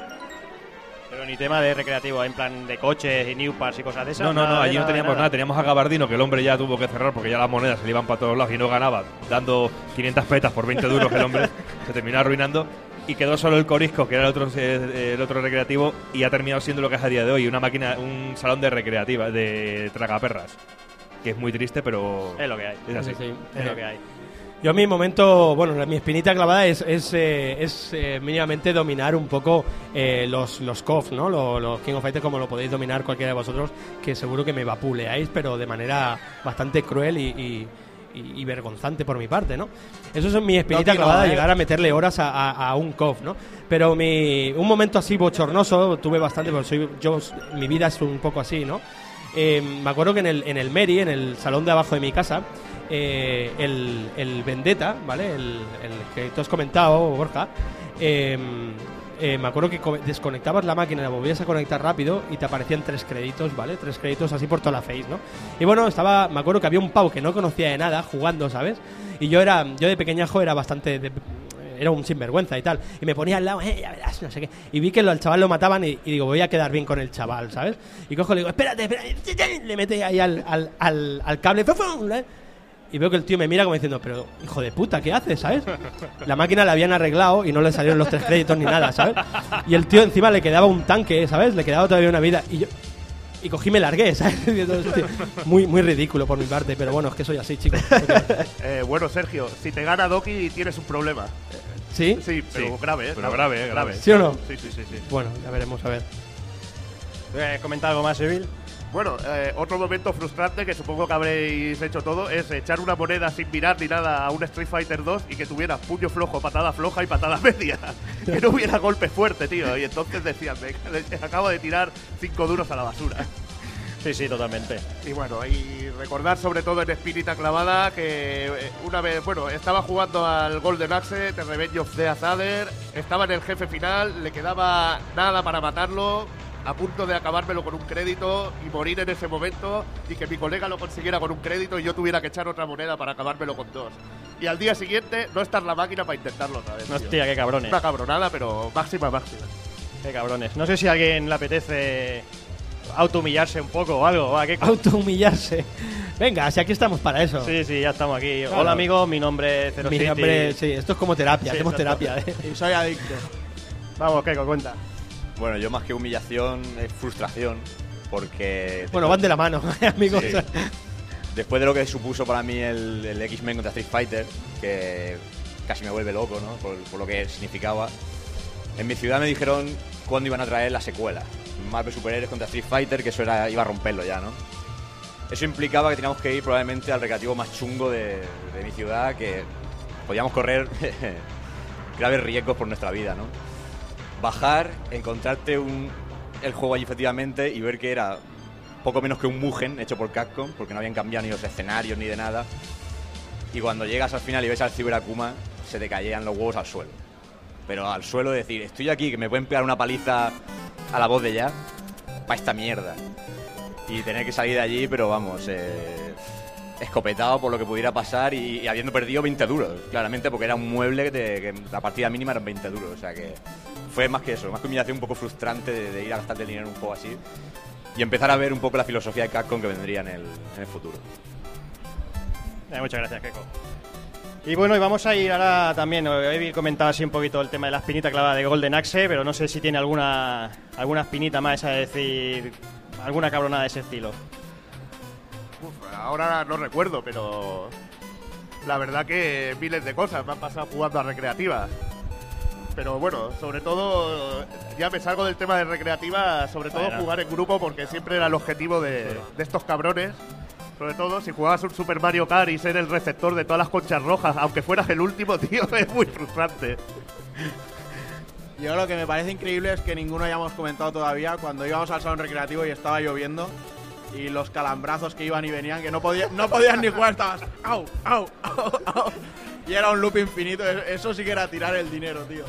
Pero ni tema de recreativo, en plan de coches y new parts y cosas de esas. No, no, no, nada, allí no nada, teníamos nada. nada. Teníamos a Gabardino, que el hombre ya tuvo que cerrar porque ya las monedas se le iban para todos lados y no ganaba, dando quinientas petas por veinte duros el hombre. Se terminó arruinando. Y quedó solo el Corisco, que era el otro, eh, el otro recreativo, y ha terminado siendo lo que es a día de hoy, una máquina, un salón de recreativa, de tragaperras. Que es muy triste, pero Es lo que hay. es así. Sí, sí. Es lo que hay. Yo mi momento, bueno, mi espinita clavada es, es, eh, es eh, mínimamente dominar un poco eh, los, los C O F, ¿no? Los, los King of Fighters, como lo podéis dominar cualquiera de vosotros, que seguro que me vapuleáis, pero de manera bastante cruel y, y, y- y vergonzante por mi parte, ¿no? Eso es mi espinita Doki no, clavada, ¿eh? llegar a meterle horas a, a- a un C O F, ¿no? Pero mi, un momento así bochornoso, tuve bastante, porque soy, yo, mi vida es un poco así, ¿no? Eh, me acuerdo que en el, en el Meri, en el salón de abajo de mi casa, eh, el, el Vendetta, ¿vale? El, el que tú has comentado, Borja, eh, eh, me acuerdo que co- desconectabas la máquina, la volvías a conectar rápido y te aparecían tres créditos, ¿vale? Tres créditos así por toda la face, ¿no? Y bueno, estaba, me acuerdo que había un pavo que no conocía de nada jugando, ¿sabes? Y yo era, yo de pequeñajo era bastante... de- era un sinvergüenza y tal. Y me ponía al lado, eh, ya verás, no sé qué. Y vi que lo- al chaval lo mataban y, y digo, voy a quedar bien con el chaval, ¿sabes? Y cojo y le digo, espérate, espérate. Le mete ahí al, al, al, al cable. ¡Fum! ¿eh? Y veo que el tío me mira como diciendo, pero hijo de puta, ¿qué haces, sabes? La máquina la habían arreglado y no le salieron los tres créditos ni nada, ¿sabes? Y el tío encima le quedaba un tanque, ¿sabes? Le quedaba todavía una vida. Y yo... Y cogí y me largué, ¿sabes? Y entonces, tío, muy, muy ridículo por mi parte, pero bueno, es que soy así, chicos. Eh, bueno, Sergio, si te gana Doki tienes un problema. ¿Sí? Sí, pero Sí, grave, ¿eh? pero grave, eh, grave. ¿Sí o no? Sí, sí, sí, sí. Bueno, ya veremos, a ver. Eh, ¿Comenta algo más, Evil? Bueno, eh, otro momento frustrante que supongo que habréis hecho todo es echar una moneda sin mirar ni nada a un Street Fighter dos y que tuviera puño flojo, patada floja y patada media. Que no hubiera golpe fuerte, tío. Y entonces decían, me acabo de tirar cinco duros a la basura. Sí, sí, totalmente. Y bueno, y recordar sobre todo en Espinita Clavada que eh, una vez, bueno, estaba jugando al Golden Axe, The Revenge of the Azader, estaba en el jefe final, le quedaba nada para matarlo, a punto de acabármelo con un crédito y morir en ese momento y que mi colega lo consiguiera con un crédito y yo tuviera que echar otra moneda para acabármelo con dos. y al día siguiente no estar la máquina para intentarlo otra vez. Hostia, tío. qué cabrones. Una cabronada, pero máxima, máxima. Qué cabrones. No sé si a alguien le apetece autohumillarse un poco o algo. ¿Va? ¿Qué co- Autohumillarse. Venga, si aquí estamos para eso. Sí, sí, ya estamos aquí. Claro. Hola, amigo, mi nombre es Zero Mi City. nombre, sí, esto es como terapia, Sí, hacemos exacto. terapia, ¿eh? Y soy adicto. Vamos, Keiko, cuenta. Bueno, yo más que humillación es frustración, porque... Bueno, van de la mano, amigos. Sí. Después de lo que supuso para mí el, el X-Men contra Street Fighter, que casi me vuelve loco, ¿no? Por, por lo que significaba. En mi ciudad me dijeron cuándo iban a traer la secuela. Marvel Superhéroes contra Street Fighter, que eso era, iba a romperlo ya, ¿no? Eso implicaba que teníamos que ir probablemente al recreativo más chungo de, de mi ciudad, que podíamos correr graves riesgos por nuestra vida, ¿no? Bajar, encontrarte un, el juego allí efectivamente y ver que era poco menos que un Mugen hecho por Capcom, porque no habían cambiado ni los escenarios ni de nada. Y cuando llegas al final y ves al Cyber Akuma, se te caían los huevos al suelo. Pero al suelo de decir, estoy aquí, que me pueden pegar una paliza a la voz de ya, pa' esta mierda. Y tener que salir de allí, pero vamos, eh, escopetado por lo que pudiera pasar y, y habiendo perdido veinte duros, claramente, porque era un mueble que, te, que la partida mínima eran veinte duros. O sea que fue más que eso, más que humillación un poco frustrante de, de ir a gastarte dinero en un juego así y empezar a ver un poco la filosofía de Capcom que vendría en el, en el futuro. Eh, muchas gracias, Keiko. Y bueno, y vamos a ir ahora también, he comentado así un poquito el tema de la espinita clavada de Golden Axe, pero no sé si tiene alguna alguna espinita más, a decir, alguna cabronada de ese estilo. Uf, ahora no recuerdo, pero la verdad que miles de cosas me han pasado jugando a recreativas. Pero bueno, sobre todo, ya me salgo del tema de recreativa, sobre todo Bueno. jugar en grupo, porque siempre era el objetivo de, de estos cabrones. Sobre todo si jugabas un Super Mario Kart y ser el receptor de todas las conchas rojas, aunque fueras el último, tío, es muy frustrante. Yo lo que me parece increíble es que ninguno hayamos comentado todavía cuando íbamos al salón recreativo y estaba lloviendo y los calambrazos que iban y venían, que no podían, no podías ni jugar, estabas au, au, au, au, y era un loop infinito. Eso sí que era tirar el dinero, tío.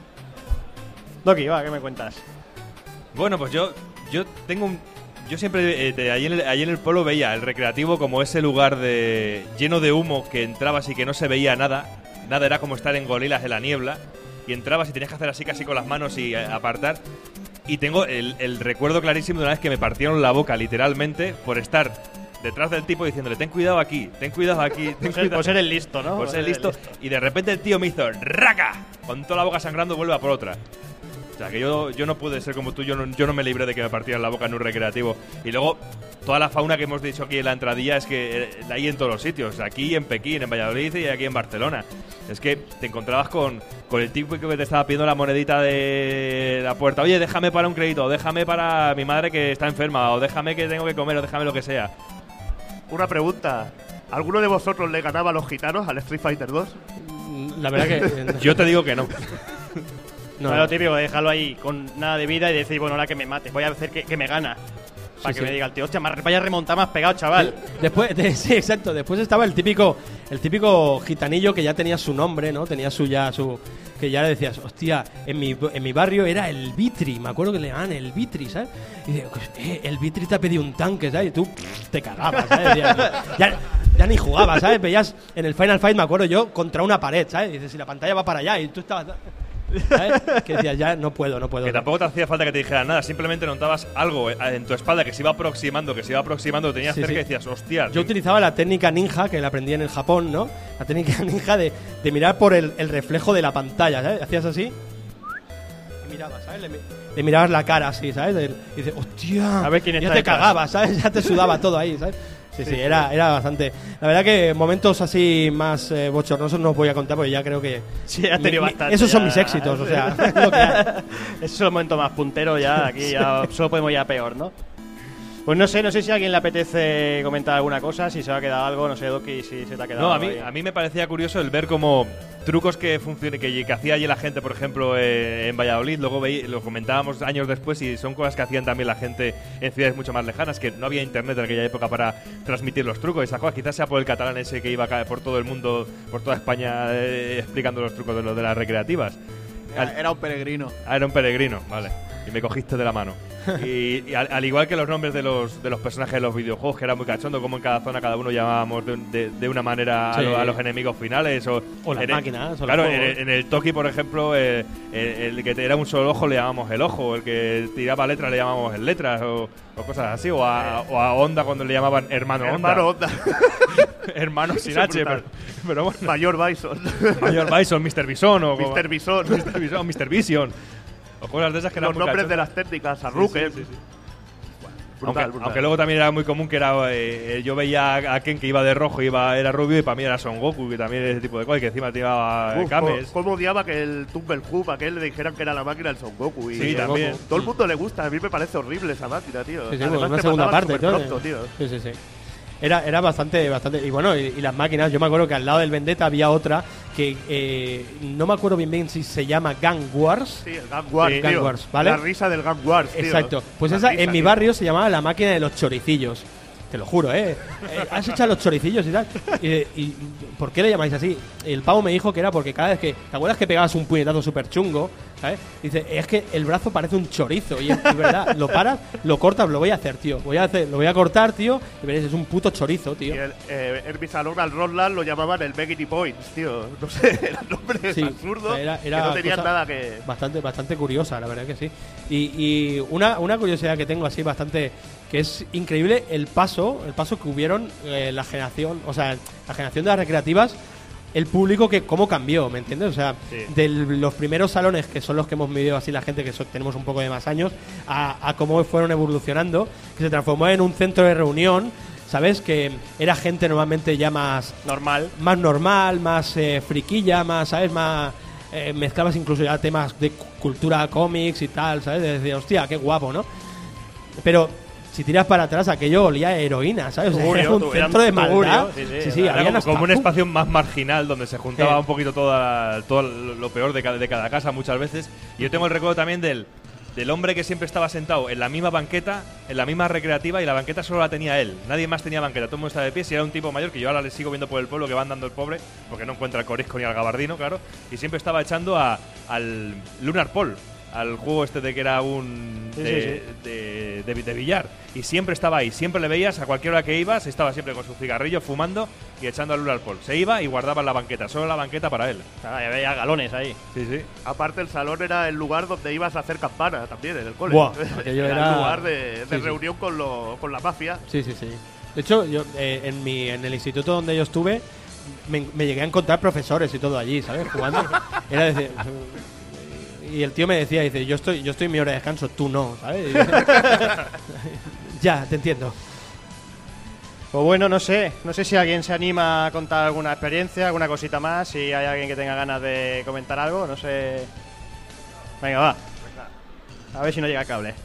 Doki, va, ¿qué me cuentas? Bueno, pues yo, yo tengo un... Yo siempre, eh, de, allí, en el, allí en el pueblo veía el recreativo como ese lugar de lleno de humo que entrabas y que no se veía nada. Nada, era como estar en gorilas en la niebla. Y entrabas y tenías que hacer así casi con las manos y eh, apartar. Y tengo el, el recuerdo clarísimo de una vez que me partieron la boca literalmente por estar detrás del tipo diciéndole, ten cuidado aquí, ten cuidado aquí, ten Por ser, cuidado. por ser el listo, ¿no? Por ser listo. Y de repente el tío me hizo ¡raca! Con toda la boca sangrando vuelve a por otra. O sea, que yo, yo no pude ser como tú, yo no, yo no me libré de que me partieran la boca en un recreativo. Y luego, toda la fauna que hemos dicho aquí en la entradilla es que eh, la hay en todos los sitios. Aquí en Pekín, en Valladolid y aquí en Barcelona. Es que te encontrabas con, con el tipo que te estaba pidiendo la monedita de la puerta. Oye, déjame para un crédito, o déjame para mi madre que está enferma, o déjame que tengo que comer, o déjame lo que sea. Una pregunta, ¿alguno de vosotros le ganaba a los gitanos al Street Fighter dos? La verdad que... Yo te digo que no. No, No, lo típico, dejarlo ahí con nada de vida y decir, bueno, ahora que me mate, voy a hacer que, que me gana. Para Sí, que sí. me diga el tío, hostia, más, vaya remontar, más pegado, chaval. Después, de- sí, exacto. Después estaba el típico, el típico gitanillo que ya tenía su nombre, ¿no? Tenía su ya su, que ya le decías, hostia, en mi, en mi barrio era el Vitri, me acuerdo que le llamaban el Vitri, ¿sabes? Y dice, eh, el Vitri te ha pedido un tanque, ¿sabes? Y tú pff, te cagabas, ¿sabes? Decías, ya, ya ni jugabas, ¿sabes? Veías en el Final Fight, me acuerdo yo, contra una pared, ¿sabes? Y dices, si la pantalla va para allá y tú estabas, ¿sabes? Que decías, ya no puedo, no puedo. Que tampoco te hacía falta que te dijeran nada, simplemente notabas algo en tu espalda que se iba aproximando, que se iba aproximando, lo tenías Sí, cerca sí. y decías, hostia. Yo utilizaba la técnica ninja, que la aprendí en el Japón, ¿no? La técnica ninja de, de mirar por el, el reflejo de la pantalla, ¿sabes? Hacías así y mirabas, ¿sabes? Le, mi- le mirabas la cara así, ¿sabes? Del- y dices, hostia, A ver quién ya está te detrás. cagabas, ¿sabes? Ya te sudaba todo ahí, ¿sabes? Sí, sí, era, era bastante... La verdad que momentos así más eh, bochornosos no os voy a contar porque ya creo que... Sí, has tenido mi- mi- bastante. Esos son ya. mis éxitos, o sea, es lo que hay. Ese es el momento más puntero ya, aquí ya solo podemos ir a peor, ¿no? Pues no sé, no sé si a alguien le apetece comentar alguna cosa, si se ha quedado algo, no sé, Doki, si se te ha quedado No, a mí, algo ahí. a mí me parecía curioso el ver como trucos que funcionen, que, que hacía allí la gente, por ejemplo, eh, en Valladolid, luego veí, lo comentábamos años después y son cosas que hacían también la gente en ciudades mucho más lejanas, que no había internet en aquella época para transmitir los trucos y esas cosas. Quizás sea por el catalán ese que iba ca- por todo el mundo, por toda España, eh, explicando los trucos de los de las recreativas. Era, era un peregrino. Ah, era un peregrino, vale. y me cogiste de la mano. Y, y al, al igual que los nombres de los, de los personajes de los videojuegos, que era muy cachondo, como en cada zona cada uno llamábamos de, de, de una manera Sí. a, lo- a los enemigos finales. O, O las en el- máquinas, o los Claro, en juegos. el, en el Toki, por ejemplo, eh, el, el que era un solo ojo le llamamos el ojo, el que tiraba letras le llamamos el letras, o, o cosas así. O a, o a Honda cuando le llamaban hermano Honda. Hermano Honda. Hermano sin Eso es H, pero, brutal. pero bueno. Mayor Bison. Mayor Bison, mister Bison o como- mister Bison. mister Bison, mister Vision. O cosas de esas que eran Los muy nombres de cachondas. las técnicas, Sí, Arruken. sí, sí, sí. Brutal, aunque, brutal. aunque luego también era muy común que era eh, yo veía a Ken que iba de rojo y iba, era rubio, y para mí era Son Goku, que también ese tipo de cosas, y que encima tiraba Uf, Kames. co- ¿Cómo odiaba que el Tumble Hoop aquel le dijeran que era la máquina del Son Goku? Y Sí, y también. Goku. Todo el mundo le gusta. A mí me parece horrible esa máquina, tío. Sí, sí, Además, una te segunda mataban parte y todo. superpronto, tío. Sí, sí, sí. Era, era bastante, bastante. Y bueno, y, y las máquinas, yo me acuerdo que al lado del Vendetta había otra que eh, no me acuerdo bien bien si se llama Gang Wars. Sí, el Gang Wars, Sí, tío. Gang Wars, ¿vale? La risa del Gang Wars, tío. Exacto. Pues La esa risa, en mi tío. barrio se llamaba la máquina de los choricillos. Te lo juro, ¿eh? Eh, ¿Has echado los choricillos y tal? Y, y ¿por qué le llamáis así? El pavo me dijo que era porque cada vez que... ¿Te acuerdas que pegabas un puñetazo súper chungo? ¿Sabes? Dice, es que el brazo parece un chorizo. Y es, es verdad, lo paras, lo cortas, lo voy a hacer, tío. Voy a hacer, lo voy a cortar, tío. Y veréis, es un puto chorizo, Y tío. el, eh, en mi salón al Roland lo llamaban el Meggy Points, tío. No sé, eran nombres Sí, absurdos era- que era no tenían cosa nada que… Bastante, bastante curiosa, la verdad que sí. Y, y una, una curiosidad que tengo así bastante, que es increíble el paso, el paso que hubieron eh, la generación, o sea, la generación de las recreativas, el público que cómo cambió, ¿me entiendes? O sea, Sí. de los primeros salones, que son los que hemos vivido así la gente que so- tenemos un poco de más años, a, a cómo fueron evolucionando, que se transformó en un centro de reunión, ¿sabes? Que era gente normalmente ya más normal, más normal, más eh, friquilla, más, ¿sabes? Más eh, mezclabas incluso ya temas de cu- cultura cómics y tal, ¿sabes? De decir, hostia, qué guapo, ¿no? Pero si tiras para atrás, aquello olía a heroína, ¿sabes? O sea, Tugurio, era un tu- era centro de un maldad. tugurio, sí, sí, sí, sí, Era habían como, hasta como un pu- espacio más marginal donde se juntaba Eh. un poquito toda, todo lo lo peor de cada, de cada casa muchas veces. Y yo tengo el recuerdo también del, del hombre que siempre estaba sentado en la misma banqueta, en la misma recreativa, y la banqueta solo la tenía él. Nadie más tenía banqueta, todo el mundo estaba de pie. Si era un tipo mayor, que yo ahora le sigo viendo por el pueblo que va andando el pobre, porque no encuentra el corisco ni al gabardino, claro. Y siempre estaba echando a, al Lunar Pole, al juego este de que era un Sí, de, sí, sí. De, de- de billar, y siempre estaba ahí, siempre le veías a cualquier hora que ibas, estaba siempre con su cigarrillo fumando y echando al lunar pol. Se iba y guardaba en la banqueta, solo la banqueta para él. Ah, ya veía galones ahí. Sí, sí. Aparte, el salón era el lugar donde ibas a hacer campana también, en el cole. Buah, aquello era, era- el lugar de, de Sí, sí. reunión con, lo, con la mafia. Sí, sí, sí. De hecho, yo eh, en mi en el instituto donde yo estuve me, me llegué a encontrar profesores y todo allí, ¿sabes? Jugando. Era decir, y el tío me decía, dice, yo estoy yo estoy en mi hora de descanso, tú no, ¿sabes? Y- ya, te entiendo. Pues bueno, no sé, no sé si alguien se anima a contar alguna experiencia, alguna cosita más, si hay alguien que tenga ganas de comentar algo, no sé. Venga, va. A ver si no llega el cable.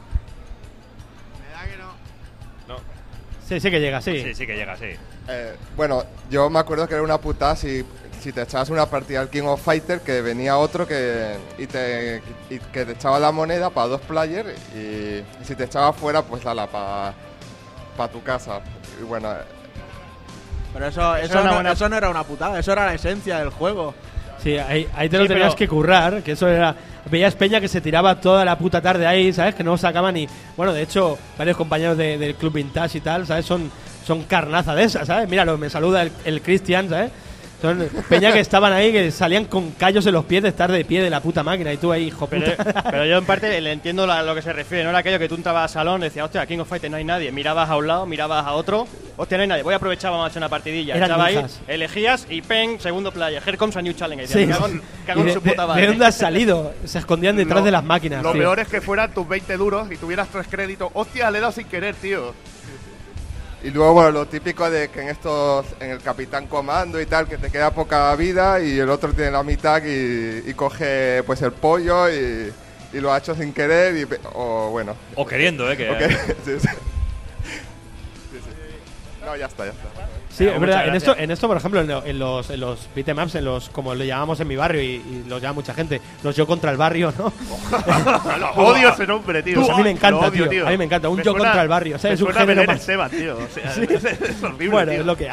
Sí, sí que llega, sí. Sí, sí que llega, sí. Eh, bueno, yo me acuerdo que era una putada si, si te echabas una partida al King of Fighter, que venía otro que y te y que te echaba la moneda para dos players, y, y si te echaba fuera, pues dala para pa tu casa. Y bueno, Pero eso, Eso eso, era una no, buena- eso no era una putada, eso era la esencia del juego. Sí, ahí, ahí te lo Sí, tenías pero- que currar, que eso era... Veías peña que se tiraba toda la puta tarde ahí, ¿sabes? Que no sacaban ni... Bueno, de hecho, varios compañeros de- del Club Vintage y tal, ¿sabes? Son, son carnaza de esas, ¿sabes? Míralo, me saluda el, el Cristian, ¿sabes? Son peña que estaban ahí, que salían con callos en los pies de estar de pie de la puta máquina, y tú ahí, hijo Pero, puta. pero yo en parte le entiendo a lo que se refiere, no era aquello que tú entrabas al salón, decías, hostia, King of Fighters no hay nadie, mirabas a un lado, mirabas a otro, hostia, no hay nadie, voy a aprovechar, vamos a echar una partidilla. Eran Echaba ahí, ninjas. elegías y pen, segundo player, here comes a new challenge. Y Sí, decías, cago en- sí. cago ¿Y en de, su de- puta de madre. dónde has salido? Se escondían detrás Lo- de las máquinas, Lo tío. peor es que fueran tus veinte duros y tuvieras tres créditos. Hostia, le he dado sin querer, tío. y luego bueno, lo típico de que en estos, en el Capitán Comando y tal, que te queda poca vida y el otro tiene la mitad y, y coge pues el pollo y, y lo ha hecho sin querer y pe- o bueno. O queriendo, ¿eh? Que, Ok, sí, sí. Sí, sí. No, ya está, ya está. Sí, Ah, es muchas verdad. En gracias. esto, en esto, por ejemplo, en, lo- en los, en los beat'em ups, en los, como lo llamamos en mi barrio y, y lo llama mucha gente, los yo contra el barrio, ¿no? Odio ese nombre, tío. Pues a mí me Lo encanta, odio, tío. A mí me encanta. Un Me yo suena- contra el barrio. O sea, me es un suena género Belén más. Esteban, tío. O sea, Sí. es horrible, Bueno, tío. es lo que hay.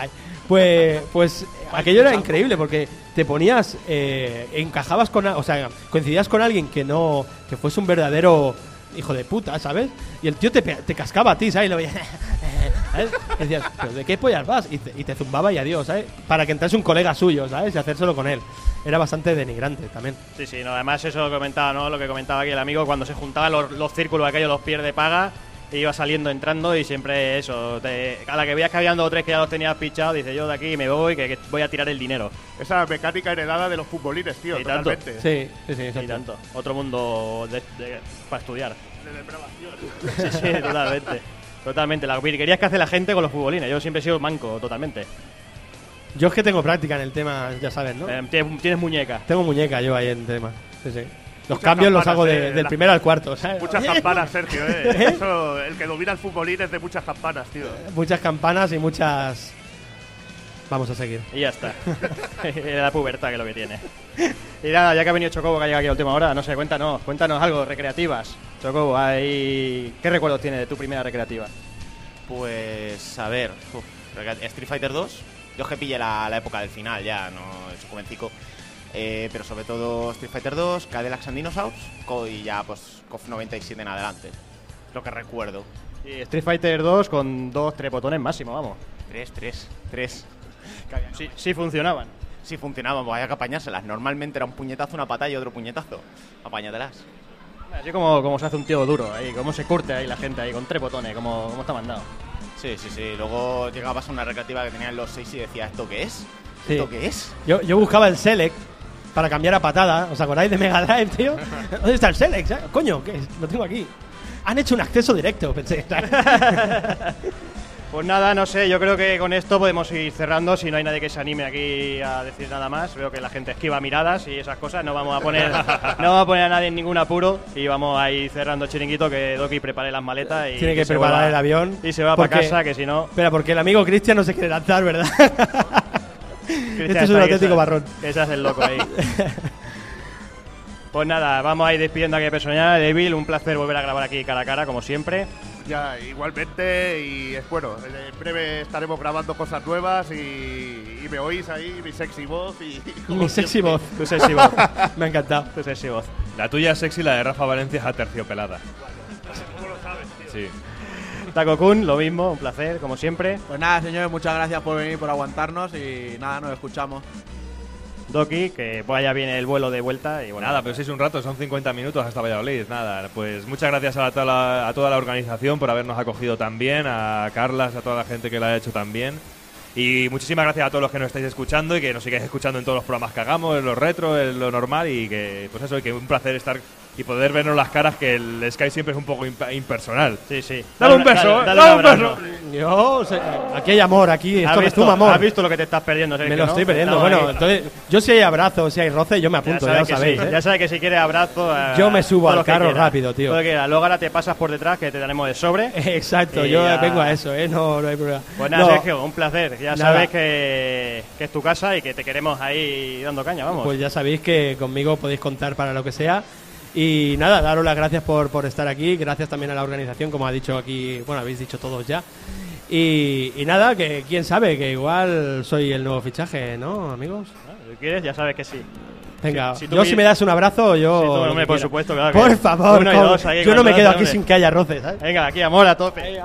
Pues, pues aquello era increíble porque te ponías, eh, encajabas con, o sea, coincidías con alguien que no, que fuese un verdadero hijo de puta, ¿sabes? Y el tío te, te cascaba a ti, ¿sabes? Y lo veías, ¿sabes? Y decías, ¿pero de qué pollas vas? Y te, y te zumbaba y adiós, ¿sabes? Para que entrase un colega suyo, ¿sabes? Y hacérselo con él. Era bastante denigrante también. Sí, sí, no, además eso lo comentaba, ¿no? Lo que comentaba aquí el amigo, cuando se juntaban los, los círculos aquellos, los pies de paga, iba saliendo, entrando y siempre eso. Te, a la que veías que habían dos o tres que ya los tenías pichados, dice yo de aquí me voy, que, que voy a tirar el dinero. Esa mecánica heredada de los futbolines, tío, y totalmente. Tanto. Sí, sí, sí, y tanto. Otro mundo de, de, para estudiar. De depravación. Sí, sí, totalmente. Totalmente. Las virguerías que hace la gente con los futbolines. Yo siempre he sido manco, totalmente. Yo es que tengo práctica en el tema, ya sabes, ¿no? Eh, ¿Tienes, tienes muñeca? Tengo muñeca yo ahí en el tema. Sí, sí. Los Muchas cambios los campanas, hago de, eh, del la- primero al cuarto, ¿sabes? Muchas campanas, Sergio, eh. Eso, el que domina el futbolín es de muchas campanas, tío. Muchas campanas y muchas... Vamos a seguir. Y ya está. La pubertad que es lo que tiene. Y nada, ya que ha venido Chocobo, que ha llegado aquí a última hora, no sé, cuéntanos, cuéntanos algo, recreativas. Chocobo, ahí... ¿qué recuerdos tienes de tu primera recreativa? Pues, a ver, uf, Street Fighter dos, yo que pillé la, la época del final ya, no soy jovencico, eh, pero sobre todo Street Fighter dos, Cadillacs and Dinosaurs, co- y ya pues C O F noventa y siete en adelante, lo que recuerdo. Y Street Fighter dos con dos, tres botones máximo, vamos. Tres, tres, tres. Sí, sí funcionaban. Sí funcionaban, pues había que apañárselas, normalmente era un puñetazo, una patada y otro puñetazo, apáñatelas. Así como, como se hace un tío duro, ahí, como se curte ahí la gente ahí con tres botones, como, como está mandado. Sí, sí, sí, luego llegabas a una recreativa que tenían los seis y decías, ¿esto qué es? Sí. ¿Esto qué es? Yo, yo buscaba el Select para cambiar a patada. ¿Os acordáis de Mega Drive, tío? ¿Dónde está el Select? Coño, ¿qué es? Lo tengo aquí. Han hecho un acceso directo, pensé. Pues nada, no sé, yo creo que con esto podemos ir cerrando. Si no hay nadie que se anime aquí a decir nada más, veo que la gente esquiva miradas y esas cosas. No vamos a poner, no vamos a poner a nadie en ningún apuro y vamos a ir cerrando el chiringuito, que Doki prepare las maletas y Tiene que se preparar vuelva- el avión. y se va porque- para casa, que si no... Espera, porque el amigo Cristian no se quiere lanzar, ¿verdad? Cristian Este es está un ahí, auténtico que se- barrón. Que se hace el loco ahí. Pues nada, vamos a ir despidiendo aquí a personal. Devil, un placer volver a grabar aquí cara a cara, como siempre. Ya, igualmente, y es bueno, en breve estaremos grabando cosas nuevas y, y me oís ahí, mi sexy voz y... Mi sexy voz. Tu sexy voz. Me ha encantado. Tu sexy voz. La tuya es sexy, la de Rafa Valencia es aterciopelada. ¿Cómo lo sabes, tío? Sí. Taco Kun, lo mismo, un placer, como siempre. Pues nada, señores, muchas gracias por venir, por aguantarnos y nada, nos escuchamos. Doki, que vaya bien el vuelo de vuelta y bueno. Nada, pero si es un rato, son cincuenta minutos hasta Valladolid. Nada, pues muchas gracias a, toda la, a toda la organización por habernos acogido tan bien, a Carlas, a toda la gente que lo ha hecho tan bien. Y muchísimas gracias a todos los que nos estáis escuchando y que nos sigáis escuchando en todos los programas que hagamos, en los retro, en lo normal, y que pues eso, y que un placer estar y poder vernos las caras, que el Sky siempre es un poco imp- impersonal. Sí, sí. Dale un beso, dale, eh, dale dale un un beso. abrazo. Yo, sé- aquí hay amor, aquí ¿Has esto me visto, suma amor. has visto lo que te estás perdiendo, Sergio, Me lo no? estoy perdiendo. Estamos Bueno, ahí. entonces, yo si hay abrazo, si hay roce, yo me apunto, ya, sabes lo que sabéis. sí, ¿eh? Ya sabes que si quieres abrazo. eh, Yo me subo todo al lo que carro quieras. rápido, tío. Todo lo que quieras. Luego ahora te pasas por detrás, que te daremos de sobre. Exacto, Y yo ya- vengo a eso, ¿eh? No, no hay problema. Pues nada, No, Sergio, un placer. Ya Nada. sabes que, que es tu casa y que te queremos ahí dando caña, vamos. Pues ya sabéis que conmigo podéis contar para lo que sea. Y nada, daros las gracias por, por estar aquí. Gracias también a la organización, como ha dicho aquí, bueno, habéis dicho todos ya. Y, y nada, que quién sabe, que igual soy el nuevo fichaje, ¿no, amigos? Si quieres, ya sabes que sí. Venga, Si- si tú yo me- si me das un abrazo, yo... Sí, tú, lo que hombre, por quiera. supuesto, claro que- Por favor, Uno y con- dos, aquí yo con no me el quedo brazo, aquí hombre. sin que haya roces, ¿sabes? Venga, aquí amor a tope.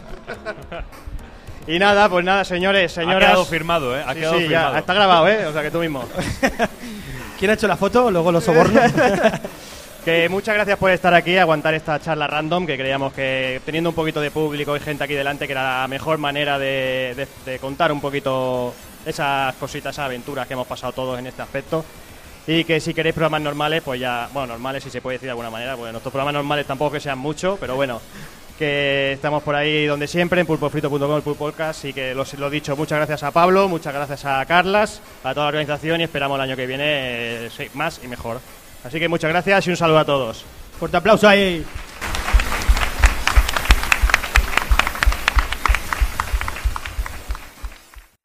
Y nada, pues nada, señores, señoras. Ha quedado firmado, ¿eh? Ha Sí, quedado sí, ya, firmado. está grabado, ¿eh? O sea que tú mismo. ¿Quién ha hecho la foto? Luego lo soborno. Que muchas gracias por estar aquí, aguantar esta charla random, que creíamos que teniendo un poquito de público y gente aquí delante, que era la mejor manera de, de- de contar un poquito esas cositas, esas aventuras que hemos pasado todos en este aspecto. Y que si queréis programas normales, pues ya, bueno, normales si se puede decir de alguna manera, pues nuestros programas normales tampoco que sean mucho, pero bueno, que estamos por ahí donde siempre, en pulpofrito punto com, el Pulpolcast, y que lo, lo dicho, muchas gracias a Pablo, muchas gracias a Carlas, a toda la organización, y esperamos el año que viene eh, sí, más y mejor. Así que muchas gracias y un saludo a todos. Fuerte aplauso ahí.